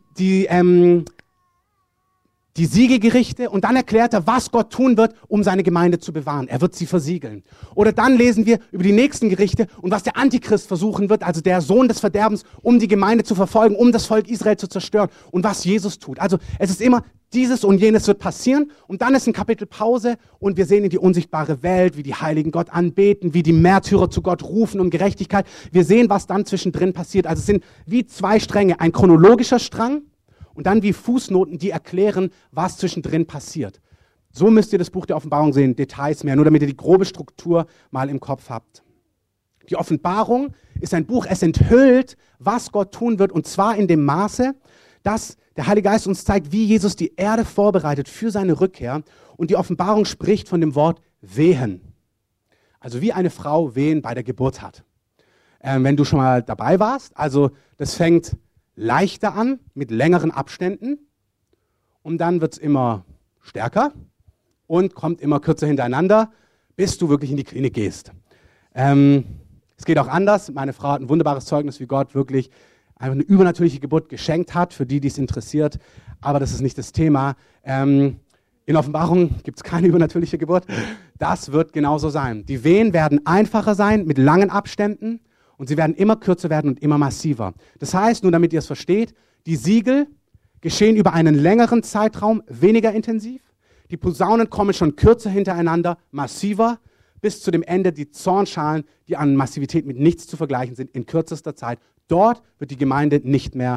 Siegelgerichte und dann erklärt er, was Gott tun wird, um seine Gemeinde zu bewahren. Er wird sie versiegeln. Oder dann lesen wir über die nächsten Gerichte und was der Antichrist versuchen wird, also der Sohn des Verderbens, um die Gemeinde zu verfolgen, um das Volk Israel zu zerstören und was Jesus tut. Also es ist immer dieses und jenes wird passieren und dann ist ein Kapitel Pause und wir sehen in die unsichtbare Welt, wie die Heiligen Gott anbeten, wie die Märtyrer zu Gott rufen um Gerechtigkeit. Wir sehen, was dann zwischendrin passiert. Also es sind wie 2 Stränge, ein chronologischer Strang und dann wie Fußnoten, die erklären, was zwischendrin passiert. So müsst ihr das Buch der Offenbarung sehen, Details mehr, nur damit ihr die grobe Struktur mal im Kopf habt. Die Offenbarung ist ein Buch, es enthüllt, was Gott tun wird und zwar in dem Maße, dass der Heilige Geist uns zeigt, wie Jesus die Erde vorbereitet für seine Rückkehr und die Offenbarung spricht von dem Wort Wehen. Also wie eine Frau Wehen bei der Geburt hat. Wenn du schon mal dabei warst, also das fängt leichter an, mit längeren Abständen und dann wird es immer stärker und kommt immer kürzer hintereinander, bis du wirklich in die Klinik gehst. Es geht auch anders. Meine Frau hat ein wunderbares Zeugnis, wie Gott wirklich einfach eine übernatürliche Geburt geschenkt hat, für die es interessiert, aber das ist nicht das Thema. In Offenbarung gibt es keine übernatürliche Geburt. Das wird genauso sein. Die Wehen werden einfacher sein, mit langen Abständen. Und sie werden immer kürzer werden und immer massiver. Das heißt, nur damit ihr es versteht, die Siegel geschehen über einen längeren Zeitraum, weniger intensiv. Die Posaunen kommen schon kürzer hintereinander, massiver, bis zu dem Ende die Zornschalen, die an Massivität mit nichts zu vergleichen sind, in kürzester Zeit. Dort wird die Gemeinde nicht mehr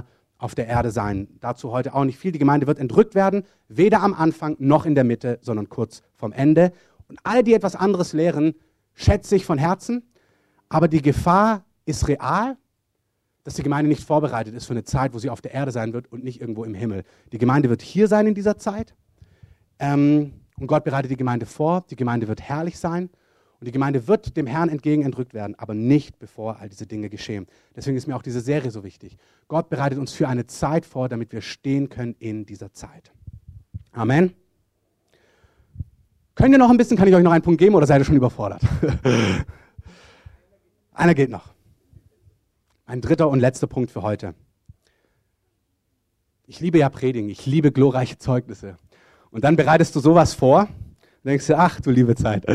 auf der Erde sein. Dazu heute auch nicht viel. Die Gemeinde wird entrückt werden, weder am Anfang noch in der Mitte, sondern kurz vorm Ende. Und alle, die etwas anderes lehren, schätze ich von Herzen. Aber die Gefahr ist real, dass die Gemeinde nicht vorbereitet ist für eine Zeit, wo sie auf der Erde sein wird und nicht irgendwo im Himmel. Die Gemeinde wird hier sein in dieser Zeit. Und Gott bereitet die Gemeinde vor. Die Gemeinde wird herrlich sein. Und die Gemeinde wird dem Herrn entgegen entrückt werden, aber nicht bevor all diese Dinge geschehen. Deswegen ist mir auch diese Serie so wichtig. Gott bereitet uns für eine Zeit vor, damit wir stehen können in dieser Zeit. Amen. Könnt ihr noch ein bisschen, kann ich euch noch einen Punkt geben oder seid ihr schon überfordert? Einer geht noch. Ein dritter und letzter Punkt für heute. Ich liebe ja Predigen, ich liebe glorreiche Zeugnisse. Und dann bereitest du sowas vor und denkst dir, ach du liebe Zeit.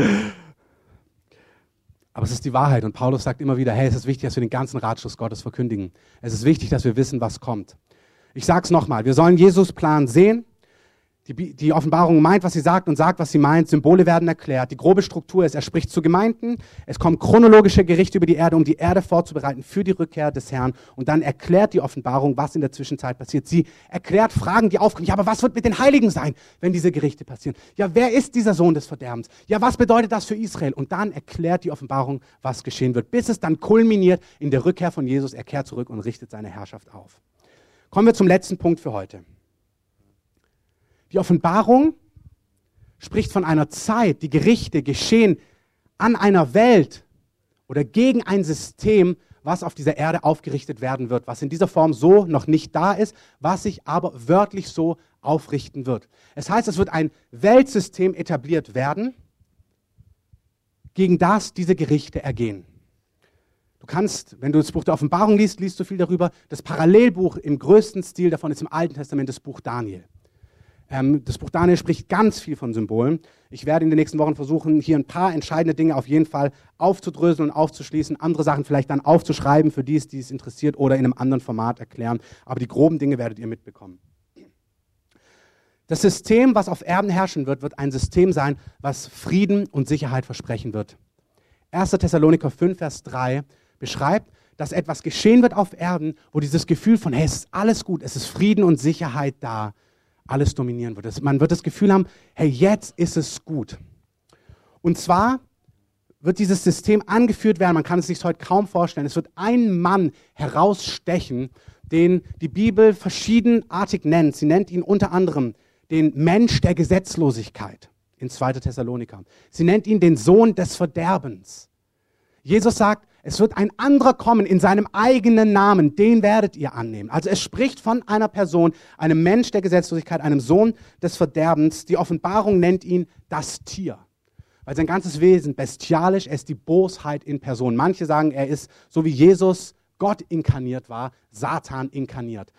Aber es ist die Wahrheit und Paulus sagt immer wieder, hey, es ist wichtig, dass wir den ganzen Ratschluss Gottes verkündigen. Es ist wichtig, dass wir wissen, was kommt. Ich sage es nochmal, wir sollen Jesus Plan sehen. Die Offenbarung meint, was sie sagt und sagt, was sie meint. Symbole werden erklärt. Die grobe Struktur ist, er spricht zu Gemeinden. Es kommen chronologische Gerichte über die Erde, um die Erde vorzubereiten für die Rückkehr des Herrn. Und dann erklärt die Offenbarung, was in der Zwischenzeit passiert. Sie erklärt Fragen, die aufkommen. Ja, aber was wird mit den Heiligen sein, wenn diese Gerichte passieren? Ja, wer ist dieser Sohn des Verderbens? Ja, was bedeutet das für Israel? Und dann erklärt die Offenbarung, was geschehen wird, bis es dann kulminiert in der Rückkehr von Jesus. Er kehrt zurück und richtet seine Herrschaft auf. Kommen wir zum letzten Punkt für heute. Die Offenbarung spricht von einer Zeit, die Gerichte geschehen an einer Welt oder gegen ein System, was auf dieser Erde aufgerichtet werden wird, was in dieser Form so noch nicht da ist, was sich aber wörtlich so aufrichten wird. Es heißt, es wird ein Weltsystem etabliert werden, gegen das diese Gerichte ergehen. Du kannst, wenn du das Buch der Offenbarung liest, liest du viel darüber. Das Parallelbuch im größten Stil davon ist im Alten Testament das Buch Daniel. Das Buch Daniel spricht ganz viel von Symbolen. Ich werde in den nächsten Wochen versuchen, hier ein paar entscheidende Dinge auf jeden Fall aufzudröseln und aufzuschließen, andere Sachen vielleicht dann aufzuschreiben, für die es interessiert oder in einem anderen Format erklären. Aber die groben Dinge werdet ihr mitbekommen. Das System, was auf Erden herrschen wird, wird ein System sein, was Frieden und Sicherheit versprechen wird. 1. Thessaloniker 5, Vers 3 beschreibt, dass etwas geschehen wird auf Erden, wo dieses Gefühl von, hey, es ist alles gut, es ist Frieden und Sicherheit da, alles dominieren wird. Man wird das Gefühl haben, hey, jetzt ist es gut. Und zwar wird dieses System angeführt werden, man kann es sich heute kaum vorstellen, es wird ein Mann herausstechen, den die Bibel verschiedenartig nennt. Sie nennt ihn unter anderem den Mensch der Gesetzlosigkeit in 2. Thessaloniker. Sie nennt ihn den Sohn des Verderbens. Jesus sagt, es wird ein anderer kommen in seinem eigenen Namen, den werdet ihr annehmen. Also es spricht von einer Person, einem Mensch der Gesetzlosigkeit, einem Sohn des Verderbens. Die Offenbarung nennt ihn das Tier, weil sein ganzes Wesen bestialisch, er ist die Bosheit in Person. Manche sagen, er ist, so wie Jesus Gott inkarniert war, Satan inkarniert.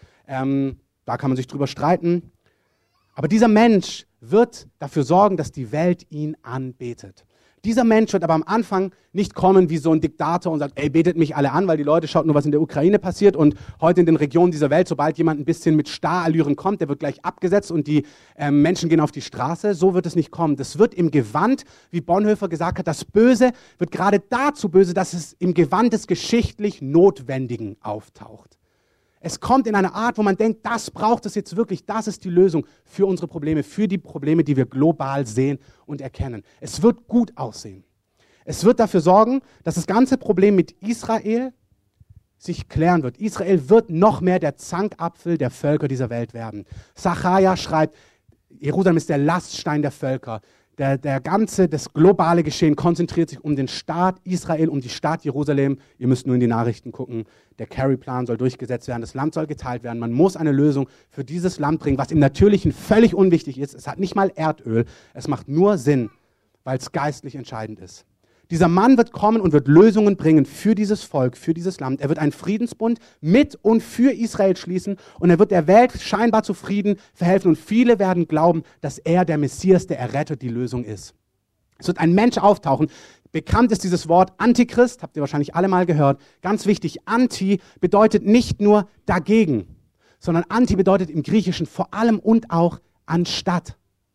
Da kann man sich drüber streiten. Aber dieser Mensch wird dafür sorgen, dass die Welt ihn anbetet. Dieser Mensch wird aber am Anfang nicht kommen wie so ein Diktator und sagt, ey, betet mich alle an, weil die Leute schaut nur, was in der Ukraine passiert und heute in den Regionen dieser Welt, sobald jemand ein bisschen mit Starallüren kommt, der wird gleich abgesetzt und die Menschen gehen auf die Straße. So wird es nicht kommen. Das wird im Gewand, wie Bonhoeffer gesagt hat, das Böse wird gerade dazu böse, dass es im Gewand des geschichtlich Notwendigen auftaucht. Es kommt in eine Art, wo man denkt, das braucht es jetzt wirklich, das ist die Lösung für unsere Probleme, für die Probleme, die wir global sehen und erkennen. Es wird gut aussehen. Es wird dafür sorgen, dass das ganze Problem mit Israel sich klären wird. Israel wird noch mehr der Zankapfel der Völker dieser Welt werden. Sacharja schreibt, Jerusalem ist der Laststein der Völker. Das globale Geschehen konzentriert sich um den Staat Israel, um die Stadt Jerusalem. Ihr müsst nur in die Nachrichten gucken. Der Kerry-Plan soll durchgesetzt werden, das Land soll geteilt werden. Man muss eine Lösung für dieses Land bringen, was im Natürlichen völlig unwichtig ist. Es hat nicht mal Erdöl. Es macht nur Sinn, weil es geistlich entscheidend ist. Dieser Mann wird kommen und wird Lösungen bringen für dieses Volk, für dieses Land. Er wird einen Friedensbund mit und für Israel schließen und er wird der Welt scheinbar zu Frieden verhelfen und viele werden glauben, dass er der Messias, der Erretter, die Lösung ist. Es wird ein Mensch auftauchen. Bekannt ist dieses Wort Antichrist, habt ihr wahrscheinlich alle mal gehört. Ganz wichtig, Anti bedeutet nicht nur dagegen, sondern Anti bedeutet im Griechischen vor allem und auch anstatt.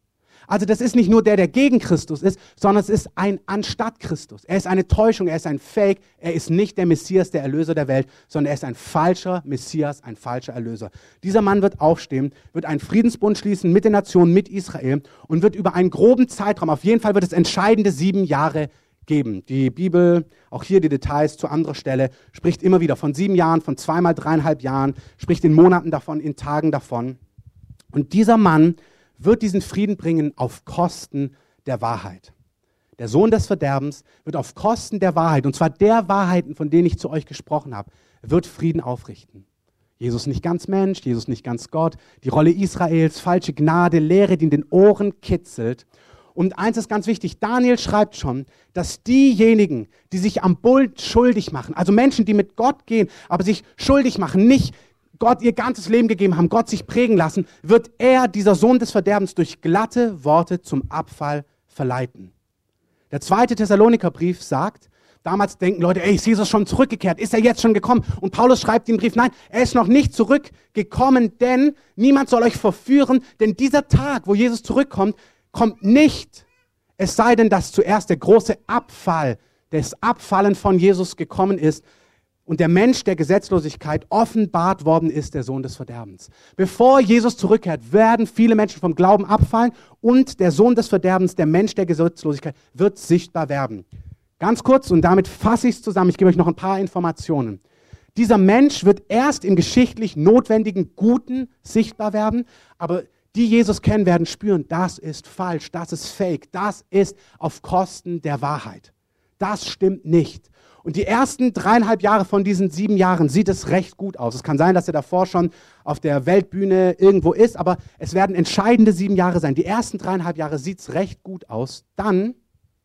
Also das ist nicht nur der gegen Christus ist, sondern es ist ein anstatt Christus. Er ist eine Täuschung, er ist ein Fake, er ist nicht der Messias, der Erlöser der Welt, sondern er ist ein falscher Messias, ein falscher Erlöser. Dieser Mann wird aufstehen, wird einen Friedensbund schließen mit den Nationen, mit Israel und wird über einen groben Zeitraum, auf jeden Fall wird es entscheidende 7 Jahre geben. Die Bibel, auch hier die Details zu anderer Stelle, spricht immer wieder von 7 Jahren, von 2 mal 3,5 Jahren, spricht in Monaten davon, in Tagen davon. Und dieser Mann wird diesen Frieden bringen auf Kosten der Wahrheit. Der Sohn des Verderbens wird auf Kosten der Wahrheit, und zwar der Wahrheiten, von denen ich zu euch gesprochen habe, wird Frieden aufrichten. Jesus nicht ganz Mensch, Jesus nicht ganz Gott, die Rolle Israels, falsche Gnade, Lehre, die in den Ohren kitzelt. Und eins ist ganz wichtig, Daniel schreibt schon, dass diejenigen, die sich am Bund schuldig machen, also Menschen, die mit Gott gehen, aber sich schuldig machen, nicht Gott ihr ganzes Leben gegeben haben, Gott sich prägen lassen, wird er, dieser Sohn des Verderbens, durch glatte Worte zum Abfall verleiten. Der 2. Thessalonikerbrief sagt, damals denken Leute, ey, ist Jesus schon zurückgekehrt? Ist er jetzt schon gekommen? Und Paulus schreibt im Brief, nein, er ist noch nicht zurückgekommen, denn niemand soll euch verführen, denn dieser Tag, wo Jesus zurückkommt, kommt nicht, es sei denn, dass zuerst der große Abfall, das Abfallen von Jesus gekommen ist, und der Mensch der Gesetzlosigkeit offenbart worden ist, der Sohn des Verderbens. Bevor Jesus zurückkehrt, werden viele Menschen vom Glauben abfallen und der Sohn des Verderbens, der Mensch der Gesetzlosigkeit, wird sichtbar werden. Ganz kurz, und damit fasse ich es zusammen, ich gebe euch noch ein paar Informationen. Dieser Mensch wird erst im geschichtlich notwendigen Guten sichtbar werden, aber die Jesus kennen, werden spüren, das ist falsch, das ist fake, das ist auf Kosten der Wahrheit. Das stimmt nicht. Und die ersten 3,5 Jahre von diesen 7 Jahren sieht es recht gut aus. Es kann sein, dass er davor schon auf der Weltbühne irgendwo ist, aber es werden entscheidende 7 Jahre sein. Die ersten 3,5 Jahre sieht es recht gut aus. Dann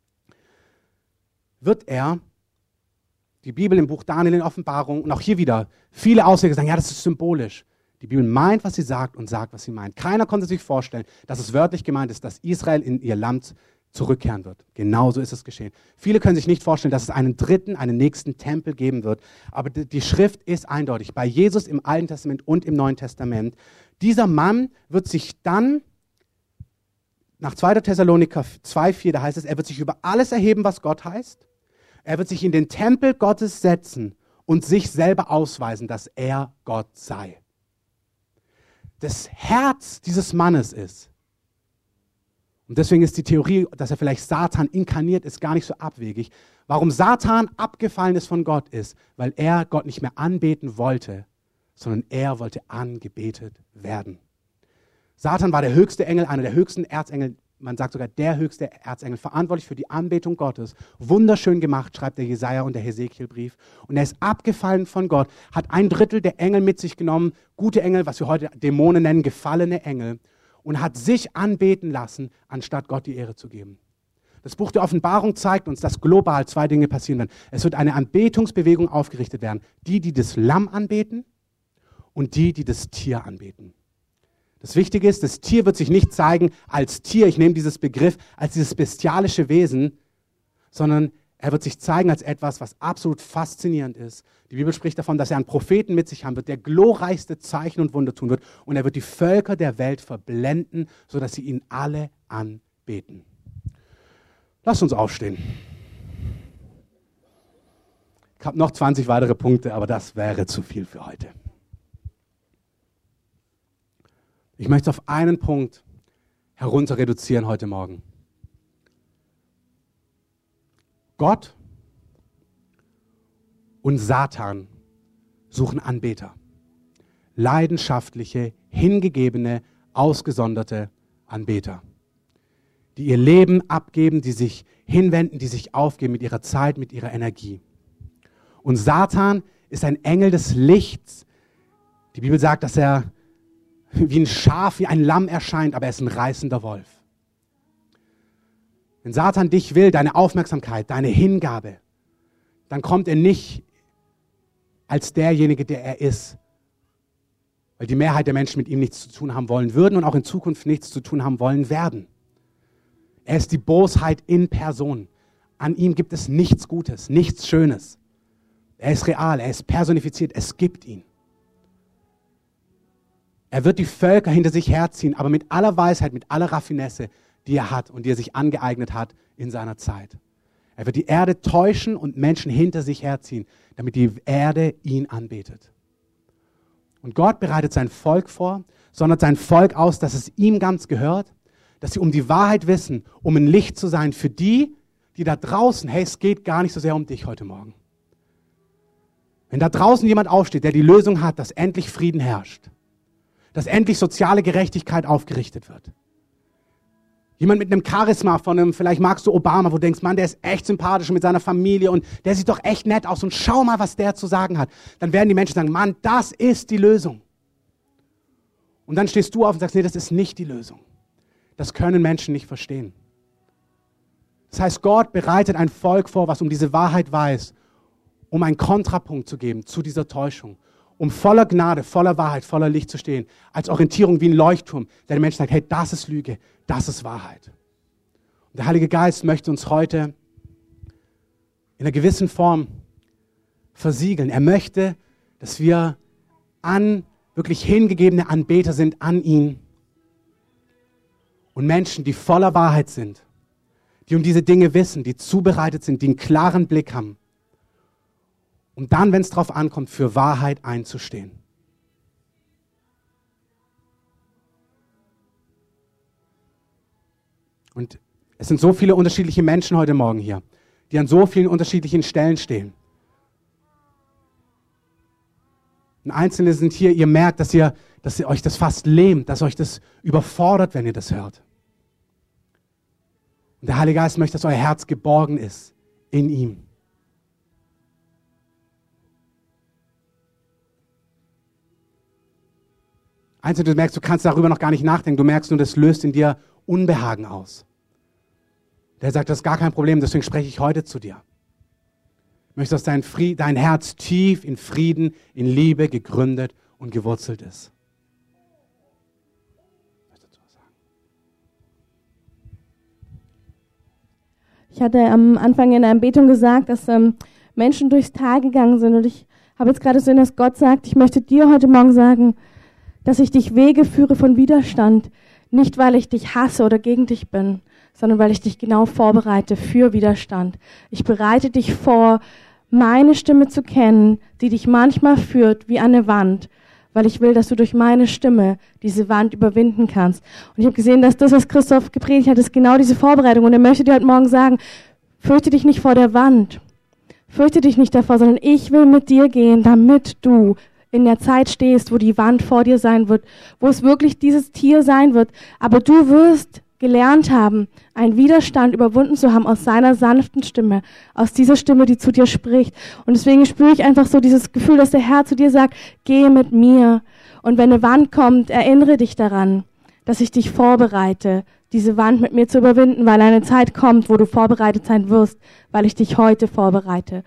wird er, die Bibel im Buch Daniel in Offenbarung und auch hier wieder, viele Ausleger sagen, ja, das ist symbolisch. Die Bibel meint, was sie sagt und sagt, was sie meint. Keiner konnte sich vorstellen, dass es wörtlich gemeint ist, dass Israel in ihr Land zurückkehren wird. Genauso ist es geschehen. Viele können sich nicht vorstellen, dass es einen nächsten Tempel geben wird. Aber die Schrift ist eindeutig. Bei Jesus im Alten Testament und im Neuen Testament. Dieser Mann wird sich dann, nach 2. Thessaloniker 2,4, da heißt es, er wird sich über alles erheben, was Gott heißt. Er wird sich in den Tempel Gottes setzen und sich selber ausweisen, dass er Gott sei. Das Herz dieses Mannes ist, und deswegen ist die Theorie, dass er vielleicht Satan inkarniert ist, gar nicht so abwegig. Warum Satan abgefallen ist von Gott ist, weil er Gott nicht mehr anbeten wollte, sondern er wollte angebetet werden. Satan war der höchste Engel, einer der höchsten Erzengel, man sagt sogar der höchste Erzengel, verantwortlich für die Anbetung Gottes. Wunderschön gemacht, schreibt der Jesaja und der Hesekiel-Brief. Und er ist abgefallen von Gott, hat 1/3 der Engel mit sich genommen, gute Engel, was wir heute Dämonen nennen, gefallene Engel, und hat sich anbeten lassen, anstatt Gott die Ehre zu geben. Das Buch der Offenbarung zeigt uns, dass global 2 Dinge passieren werden. Es wird eine Anbetungsbewegung aufgerichtet werden. Die das Lamm anbeten und die das Tier anbeten. Das Wichtige ist, das Tier wird sich nicht zeigen als Tier, ich nehme dieses Begriff, als dieses bestialische Wesen, sondern er wird sich zeigen als etwas, was absolut faszinierend ist. Die Bibel spricht davon, dass er einen Propheten mit sich haben wird, der glorreichste Zeichen und Wunder tun wird. Und er wird die Völker der Welt verblenden, sodass sie ihn alle anbeten. Lasst uns aufstehen. Ich habe noch 20 weitere Punkte, aber das wäre zu viel für heute. Ich möchte auf einen Punkt herunter reduzieren heute Morgen. Gott und Satan suchen Anbeter. Leidenschaftliche, hingegebene, ausgesonderte Anbeter. Die ihr Leben abgeben, die sich hinwenden, die sich aufgeben mit ihrer Zeit, mit ihrer Energie. Und Satan ist ein Engel des Lichts. Die Bibel sagt, dass er wie ein Schaf, wie ein Lamm erscheint, aber er ist ein reißender Wolf. Wenn Satan dich will, deine Aufmerksamkeit, deine Hingabe, dann kommt er nicht als derjenige, der er ist. Weil die Mehrheit der Menschen mit ihm nichts zu tun haben wollen würden und auch in Zukunft nichts zu tun haben wollen werden. Er ist die Bosheit in Person. An ihm gibt es nichts Gutes, nichts Schönes. Er ist real, er ist personifiziert, es gibt ihn. Er wird die Völker hinter sich herziehen, aber mit aller Weisheit, mit aller Raffinesse, die er hat und die er sich angeeignet hat in seiner Zeit. Er wird die Erde täuschen und Menschen hinter sich herziehen, damit die Erde ihn anbetet. Und Gott bereitet sein Volk vor, sondert sein Volk aus, dass es ihm ganz gehört, dass sie um die Wahrheit wissen, um ein Licht zu sein für die, die da draußen, hey, es geht gar nicht so sehr um dich heute Morgen. Wenn da draußen jemand aufsteht, der die Lösung hat, dass endlich Frieden herrscht, dass endlich soziale Gerechtigkeit aufgerichtet wird. Jemand mit einem Charisma von einem, vielleicht magst du Obama, wo du denkst, Mann, der ist echt sympathisch mit seiner Familie und der sieht doch echt nett aus und schau mal, was der zu sagen hat. Dann werden die Menschen sagen, Mann, das ist die Lösung. Und dann stehst du auf und sagst, nee, das ist nicht die Lösung. Das können Menschen nicht verstehen. Das heißt, Gott bereitet ein Volk vor, was um diese Wahrheit weiß, um einen Kontrapunkt zu geben zu dieser Täuschung, um voller Gnade, voller Wahrheit, voller Licht zu stehen, als Orientierung wie ein Leuchtturm, der den Menschen sagt, hey, das ist Lüge, das ist Wahrheit. Und der Heilige Geist möchte uns heute in einer gewissen Form versiegeln. Er möchte, dass wir wirklich hingegebene Anbeter sind an ihn und Menschen, die voller Wahrheit sind, die um diese Dinge wissen, die zubereitet sind, die einen klaren Blick haben, um dann, wenn es darauf ankommt, für Wahrheit einzustehen. Und es sind so viele unterschiedliche Menschen heute Morgen hier, die an so vielen unterschiedlichen Stellen stehen. Und Einzelne sind hier, ihr merkt, dass ihr euch das fast lähmt, dass euch das überfordert, wenn ihr das hört. Und der Heilige Geist möchte, dass euer Herz geborgen ist in ihm. Einzelne, du merkst, du kannst darüber noch gar nicht nachdenken. Du merkst nur, das löst in dir Unbehagen aus. Der sagt, das ist gar kein Problem, deswegen spreche ich heute zu dir. Ich möchte, dass dein Herz tief in Frieden, in Liebe gegründet und gewurzelt ist. Ich hatte am Anfang in der Anbetung gesagt, dass Menschen durchs Tal gegangen sind. Und ich habe jetzt gerade gesehen, dass Gott sagt, ich möchte dir heute Morgen sagen, dass ich dich Wege führe von Widerstand. Nicht, weil ich dich hasse oder gegen dich bin, sondern weil ich dich genau vorbereite für Widerstand. Ich bereite dich vor, meine Stimme zu kennen, die dich manchmal führt wie an eine Wand, weil ich will, dass du durch meine Stimme diese Wand überwinden kannst. Und ich habe gesehen, dass das, was Christoph gepredigt hat, ist genau diese Vorbereitung. Und er möchte dir heute Morgen sagen, fürchte dich nicht vor der Wand. Fürchte dich nicht davor, sondern ich will mit dir gehen, damit du in der Zeit stehst, wo die Wand vor dir sein wird, wo es wirklich dieses Tier sein wird. Aber du wirst gelernt haben, einen Widerstand überwunden zu haben aus seiner sanften Stimme, aus dieser Stimme, die zu dir spricht. Und deswegen spüre ich einfach so dieses Gefühl, dass der Herr zu dir sagt, geh mit mir. Und wenn eine Wand kommt, erinnere dich daran, dass ich dich vorbereite, diese Wand mit mir zu überwinden, weil eine Zeit kommt, wo du vorbereitet sein wirst, weil ich dich heute vorbereite.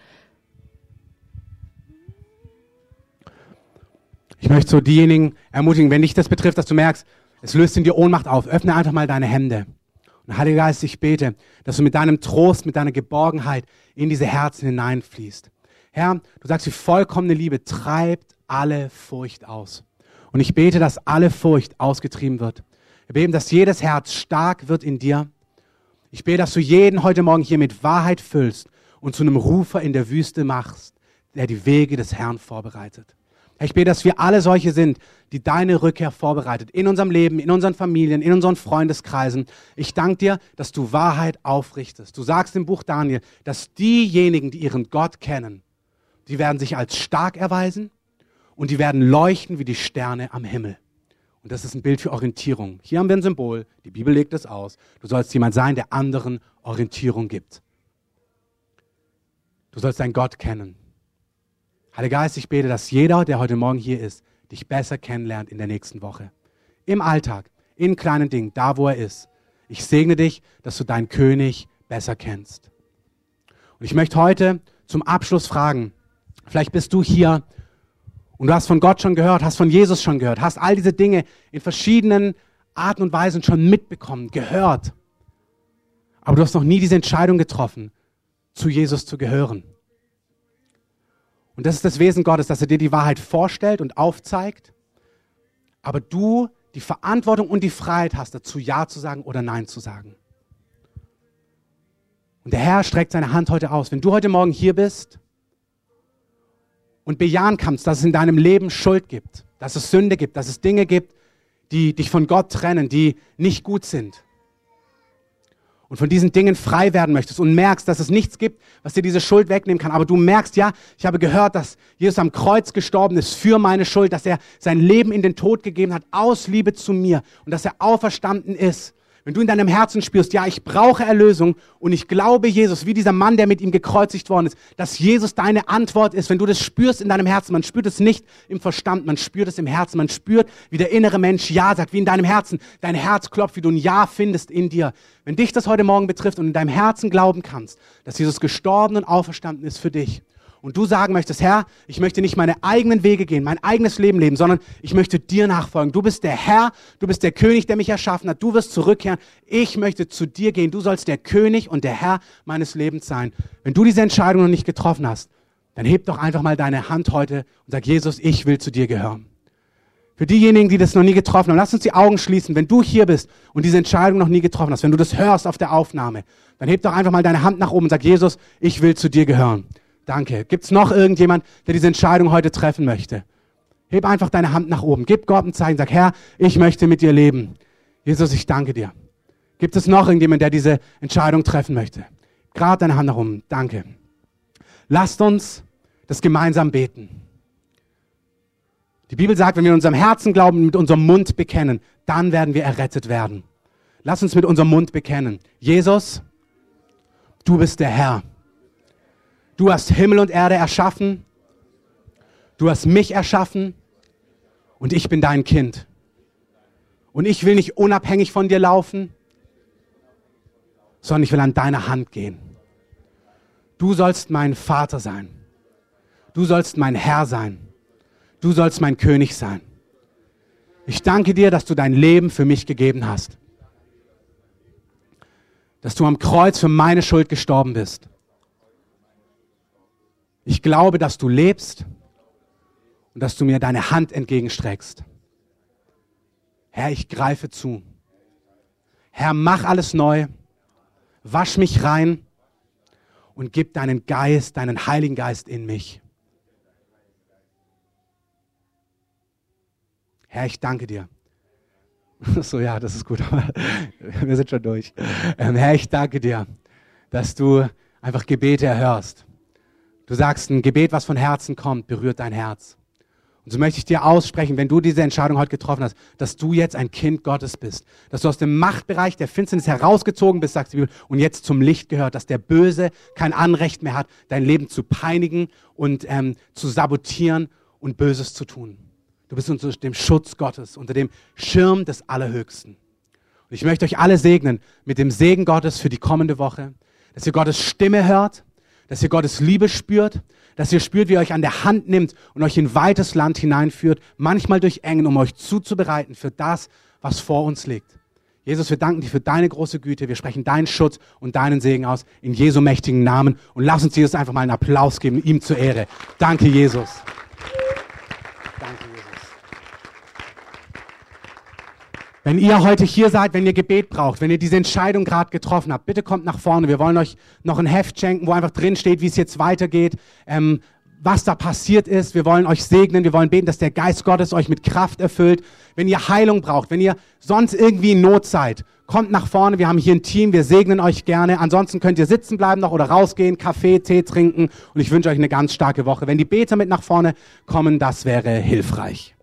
Ich möchte so diejenigen ermutigen, wenn dich das betrifft, dass du merkst, es löst in dir Ohnmacht auf. Öffne einfach mal deine Hände. Und Heiliger Geist, ich bete, dass du mit deinem Trost, mit deiner Geborgenheit in diese Herzen hineinfließt. Herr, du sagst, die vollkommene Liebe treibt alle Furcht aus. Und ich bete, dass alle Furcht ausgetrieben wird. Wir beten, dass jedes Herz stark wird in dir. Ich bete, dass du jeden heute Morgen hier mit Wahrheit füllst und zu einem Rufer in der Wüste machst, der die Wege des Herrn vorbereitet. Herr, ich bete, dass wir alle solche sind, die deine Rückkehr vorbereitet. In unserem Leben, in unseren Familien, in unseren Freundeskreisen. Ich danke dir, dass du Wahrheit aufrichtest. Du sagst im Buch Daniel, dass diejenigen, die ihren Gott kennen, die werden sich als stark erweisen und die werden leuchten wie die Sterne am Himmel. Und das ist ein Bild für Orientierung. Hier haben wir ein Symbol, die Bibel legt es aus. Du sollst jemand sein, der anderen Orientierung gibt. Du sollst deinen Gott kennen. Heiliger Geist, ich bete, dass jeder, der heute Morgen hier ist, dich besser kennenlernt in der nächsten Woche. Im Alltag, in kleinen Dingen, da wo er ist. Ich segne dich, dass du deinen König besser kennst. Und ich möchte heute zum Abschluss fragen, vielleicht bist du hier und du hast von Gott schon gehört, hast von Jesus schon gehört, hast all diese Dinge in verschiedenen Arten und Weisen schon mitbekommen, gehört. Aber du hast noch nie diese Entscheidung getroffen, zu Jesus zu gehören. Und das ist das Wesen Gottes, dass er dir die Wahrheit vorstellt und aufzeigt, aber du die Verantwortung und die Freiheit hast, dazu Ja zu sagen oder Nein zu sagen. Und der Herr streckt seine Hand heute aus. Wenn du heute Morgen hier bist und bejahen kannst, dass es in deinem Leben Schuld gibt, dass es Sünde gibt, dass es Dinge gibt, die dich von Gott trennen, die nicht gut sind, und von diesen Dingen frei werden möchtest und merkst, dass es nichts gibt, was dir diese Schuld wegnehmen kann, aber du merkst, ja, ich habe gehört, dass Jesus am Kreuz gestorben ist für meine Schuld, dass er sein Leben in den Tod gegeben hat, aus Liebe zu mir und dass er auferstanden ist. Wenn du in deinem Herzen spürst, ja, ich brauche Erlösung und ich glaube Jesus, wie dieser Mann, der mit ihm gekreuzigt worden ist, dass Jesus deine Antwort ist, wenn du das spürst in deinem Herzen, man spürt es nicht im Verstand, man spürt es im Herzen, man spürt, wie der innere Mensch Ja sagt, wie in deinem Herzen, dein Herz klopft, wie du ein Ja findest in dir. Wenn dich das heute Morgen betrifft und in deinem Herzen glauben kannst, dass Jesus gestorben und auferstanden ist für dich, und du sagen möchtest, Herr, ich möchte nicht meine eigenen Wege gehen, mein eigenes Leben leben, sondern ich möchte dir nachfolgen. Du bist der Herr, du bist der König, der mich erschaffen hat. Du wirst zurückkehren. Ich möchte zu dir gehen. Du sollst der König und der Herr meines Lebens sein. Wenn du diese Entscheidung noch nicht getroffen hast, dann heb doch einfach mal deine Hand heute und sag, Jesus, ich will zu dir gehören. Für diejenigen, die das noch nie getroffen haben, lass uns die Augen schließen. Wenn du hier bist und diese Entscheidung noch nie getroffen hast, wenn du das hörst auf der Aufnahme, dann heb doch einfach mal deine Hand nach oben und sag, Jesus, ich will zu dir gehören. Danke. Gibt es noch irgendjemand, der diese Entscheidung heute treffen möchte? Heb einfach deine Hand nach oben. Gib Gott ein Zeichen. Sag, Herr, ich möchte mit dir leben. Jesus, ich danke dir. Gibt es noch irgendjemand, der diese Entscheidung treffen möchte? Gerade deine Hand nach oben. Danke. Lasst uns das gemeinsam beten. Die Bibel sagt, wenn wir in unserem Herzen glauben und mit unserem Mund bekennen, dann werden wir errettet werden. Lass uns mit unserem Mund bekennen. Jesus, du bist der Herr. Du hast Himmel und Erde erschaffen, du hast mich erschaffen und ich bin dein Kind. Und ich will nicht unabhängig von dir laufen, sondern ich will an deiner Hand gehen. Du sollst mein Vater sein, du sollst mein Herr sein, du sollst mein König sein. Ich danke dir, dass du dein Leben für mich gegeben hast, dass du am Kreuz für meine Schuld gestorben bist. Ich glaube, dass du lebst und dass du mir deine Hand entgegenstreckst. Herr, ich greife zu. Herr, mach alles neu, wasch mich rein und gib deinen Geist, deinen Heiligen Geist in mich. Herr, ich danke dir. So, ja, das ist gut, aber wir sind schon durch. Herr, ich danke dir, dass du einfach Gebete erhörst. Du sagst, ein Gebet, was von Herzen kommt, berührt dein Herz. Und so möchte ich dir aussprechen, wenn du diese Entscheidung heute getroffen hast, dass du jetzt ein Kind Gottes bist. Dass du aus dem Machtbereich der Finsternis herausgezogen bist, sagt die Bibel, und jetzt zum Licht gehört. Dass der Böse kein Anrecht mehr hat, dein Leben zu peinigen und zu sabotieren und Böses zu tun. Du bist unter dem Schutz Gottes, unter dem Schirm des Allerhöchsten. Und ich möchte euch alle segnen mit dem Segen Gottes für die kommende Woche, dass ihr Gottes Stimme hört, dass ihr Gottes Liebe spürt, dass ihr spürt, wie er euch an der Hand nimmt und euch in weites Land hineinführt, manchmal durch Engen, um euch zuzubereiten für das, was vor uns liegt. Jesus, wir danken dir für deine große Güte. Wir sprechen deinen Schutz und deinen Segen aus in Jesu mächtigen Namen. Und lass uns Jesus einfach mal einen Applaus geben, ihm zur Ehre. Danke, Jesus. Danke, Jesus. Wenn ihr heute hier seid, wenn ihr Gebet braucht, wenn ihr diese Entscheidung gerade getroffen habt, bitte kommt nach vorne. Wir wollen euch noch ein Heft schenken, wo einfach drin steht, wie es jetzt weitergeht, was da passiert ist. Wir wollen euch segnen, wir wollen beten, dass der Geist Gottes euch mit Kraft erfüllt. Wenn ihr Heilung braucht, wenn ihr sonst irgendwie in Not seid, kommt nach vorne. Wir haben hier ein Team, wir segnen euch gerne. Ansonsten könnt ihr sitzen bleiben noch oder rausgehen, Kaffee, Tee trinken. Und ich wünsche euch eine ganz starke Woche. Wenn die Beter mit nach vorne kommen, das wäre hilfreich.